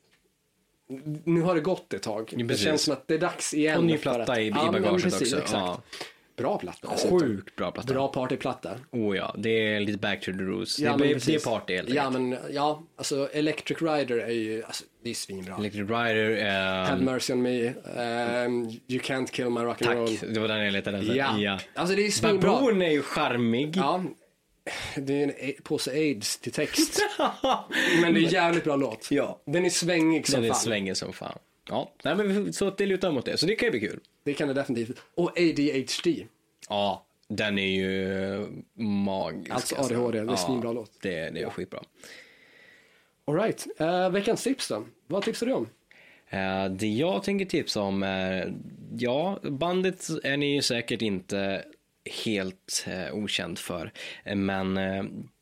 nu har det gått ett tag. Det precis. känns som att det är dags igen. Och ny för platta att- i, i Ja, men bagaget precis, också. Exakt. Ja. Bra platta. dessutom. Sjukt bra platta. Bra partyplatta. Oh ja, det är lite back to the roots. Ja, det, men är, det är precis. party helt Ja, enkelt. men ja, alltså Electric Rider är ju, alltså, det är svinbra. Electric Rider. Have Um, Mercy on Me, um, You Can't Kill My Rock'n'Roll. tack, det var den jag letade efter. Ja. Ja. Alltså det är svinbra. Baboon är ju charmig. Ja, det är en a- påse aids till text. Men det är en jävligt bra låt. Ja. Den är svängig som Den är fan. svänger som fan. Ja, nej, men vi- så att det lutar mot det. Så det kan ju bli kul. Det kan det definitivt. Och A D H D. Ja, den är ju magisk. Alltså A D H D, det är en svinbra låt. Det, det är skitbra. All right. Uh, veckans tips då? Vad tipsar du om? Eh, det jag tänker tipsa om är, ja, bandet är ni ju säkert inte helt eh, okänd för, men eh,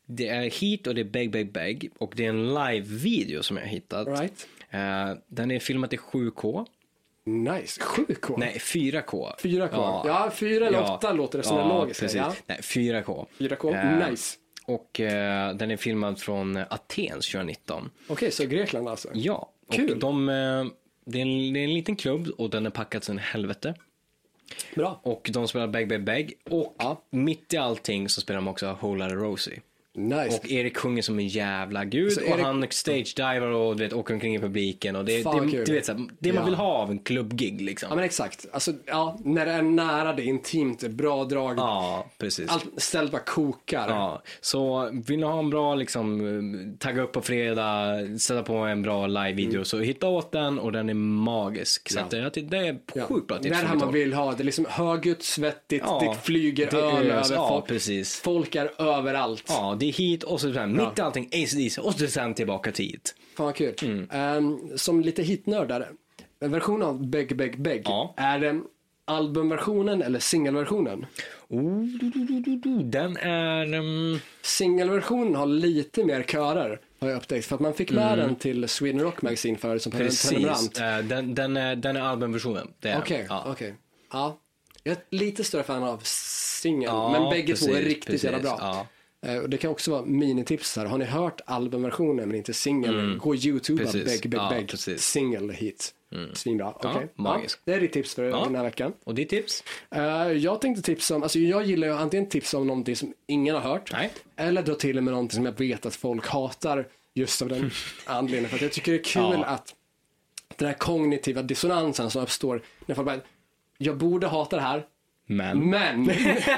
det är Heat och det är Beg Beg Beg. Och det är en live-video som jag har hittat. Right. Uh, den är filmat i sju K. Nice. sju K? Nej, fyra K. fyra K. Ja, ja fyra eller åtta ja. låter det som ja, är logiskt. Precis. Ja. Nej, fyra K. fyra K, uh, nice. Och uh, den är filmad från Aten tjugonitton. Okej, okay, så Grekland alltså? Ja. Kul. Och de, uh, det, är en, det är en liten klubb och den är packad som helvete. Bra. Och de spelar Beg Beg Beg. Och ja. mitt i allting så spelar de också Whole Lotta Rosie. Nice. Och Erik sjunger som en jävla gud. Så och Erik... han stage-diver och du vet, åker omkring i publiken. Och det, det, du vet, så här, det man ja. vill ha av en klubbgig liksom. Ja men exakt. Alltså, ja, när det är nära, det är intimt, bra drag. Ja, precis. Allt ställt bara kokar. Ja, så vill ni ha en bra liksom, tagga upp på fredag, sätta på en bra live-video. Mm. Så hitta åt den och den är magisk. Så ja. att, det, det är ja. sjukt bra. Det är det här man vill ha. Det är liksom högljutt, svettigt, ja, det flyger det öl över ja, folk. Precis. Folk är överallt. Ja, det är hit och så sen, mitt i allting A C D C och så sen tillbaka till hit. Fan vad kul. Mm. Um, som lite hitnördare, en version av Beg Beg Beg, ja. är det albumversionen eller singelversionen? Oh, du, du, du, du. Den är... Um... Singelversionen har lite mer körer, har jag upptäckt. För att man fick med mm. den till Sweden Rock Magazine för som prenumerant. Uh, den, den, är, den är albumversionen. Okej, okay, ja. Okay. ja. Jag är lite större fan av singeln, ja, men bägge precis, två är riktigt jävla bra. Ja. Det kan också vara minitips här. Har ni hört albumversionen men inte singeln? Mm. Gå YouTube och Beg Beg Beg ja, single hit. Mm. Svinbra. Okay. Ja, magisk. Ja, det är ditt tips för ja. den här veckan. Och ditt tips? Uh, jag tänkte tipsa om, alltså jag gillar ju antingen tips om någonting som ingen har hört. Nej. Eller dra till med någonting som jag vet att folk hatar just av den anledningen. För att jag tycker det är kul ja. att den här kognitiva dissonansen som uppstår när folk bara, jag borde hata det här. Men. Men.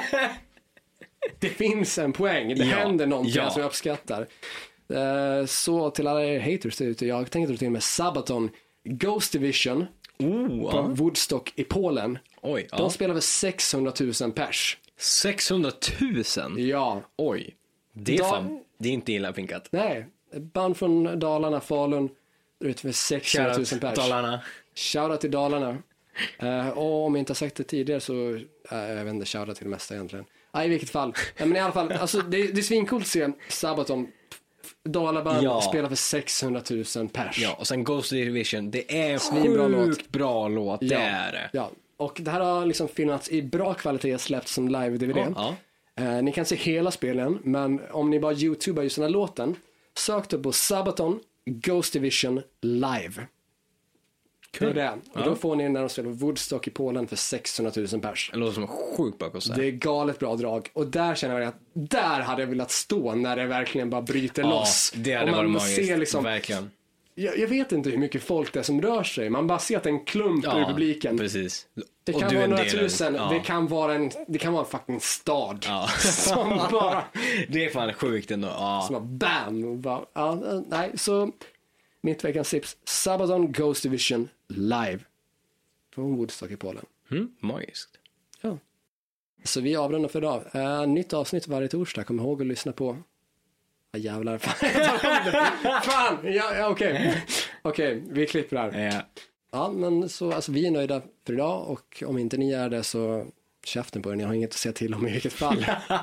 Det finns en poäng. Det ja, händer någonting ja. som jag uppskattar. Uh, så till alla er haters där ute, jag tänkte dra till med Sabaton Ghost Division oh, på uh. Woodstock i Polen. Oj, de uh. spelar för sexhundratusen pers. sexhundratusen? Ja. Oj. Det är, da- fan, det är inte illa pinkat. Nej. Band från Dalarna, Falun. Ut för sexhundratusen pers. Dalarna. Shoutout till Dalarna. Uh, och om jag inte har sagt det tidigare så uh, jag vet inte, shoutout till det mesta egentligen. Ja, i vilket fall. Ja, men i alla fall, alltså, det, det är svincoolt att se Sabaton Dalaband ja. spelar för sexhundratusen pers. Ja, och sen Ghost Division, det är en sjukt bra låt. bra låt, det ja. är det. Ja, och det här har liksom filmats i bra kvalitet, släppts som live-D V D. Ja, ja. Eh, ni kan se hela spelen, men om ni bara YouTubar just den här låten, sök då på Sabaton Ghost Division live. Cool. Det är det. Och ja. då får ni när de spelar Woodstock i Polen för sexhundratusen pers. Det låter som en sjukt bra konsert. Det är galet bra drag. Och där känner jag att där hade jag velat stå när det verkligen bara bryter ja, loss. Det hade varit magiskt. Liksom, verkligen. Jag, jag vet inte hur mycket folk det är som rör sig. Man bara ser att det är en klump ja, i publiken. Precis. Det kan vara några tusen. Ja. Det kan vara en det kan vara en fucking stad. Ja. Som bara... Det är fan sjukt ändå. Ja. Som bara bam. Bara, ja, nej, så mitt veckans tips. Sabaton Ghost Division live. Från Woodstock i Polen. Mm, magiskt. Ja. Så vi avrundar för idag. Uh, nytt avsnitt varje torsdag. Kom ihåg att lyssna på... Ah, jävlar. Fan. Fan. Ja, ja, okej. Okay. Okej, okay, vi klipper här. Ja. Ja, men så alltså, vi är nöjda för idag. Och om inte ni är det så käften på er. Ni har inget att säga till om i vilket fall.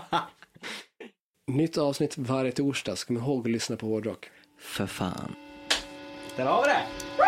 Nytt avsnitt varje torsdag. Så kom ihåg att lyssna på hårdrock. För fan. Där har vi det!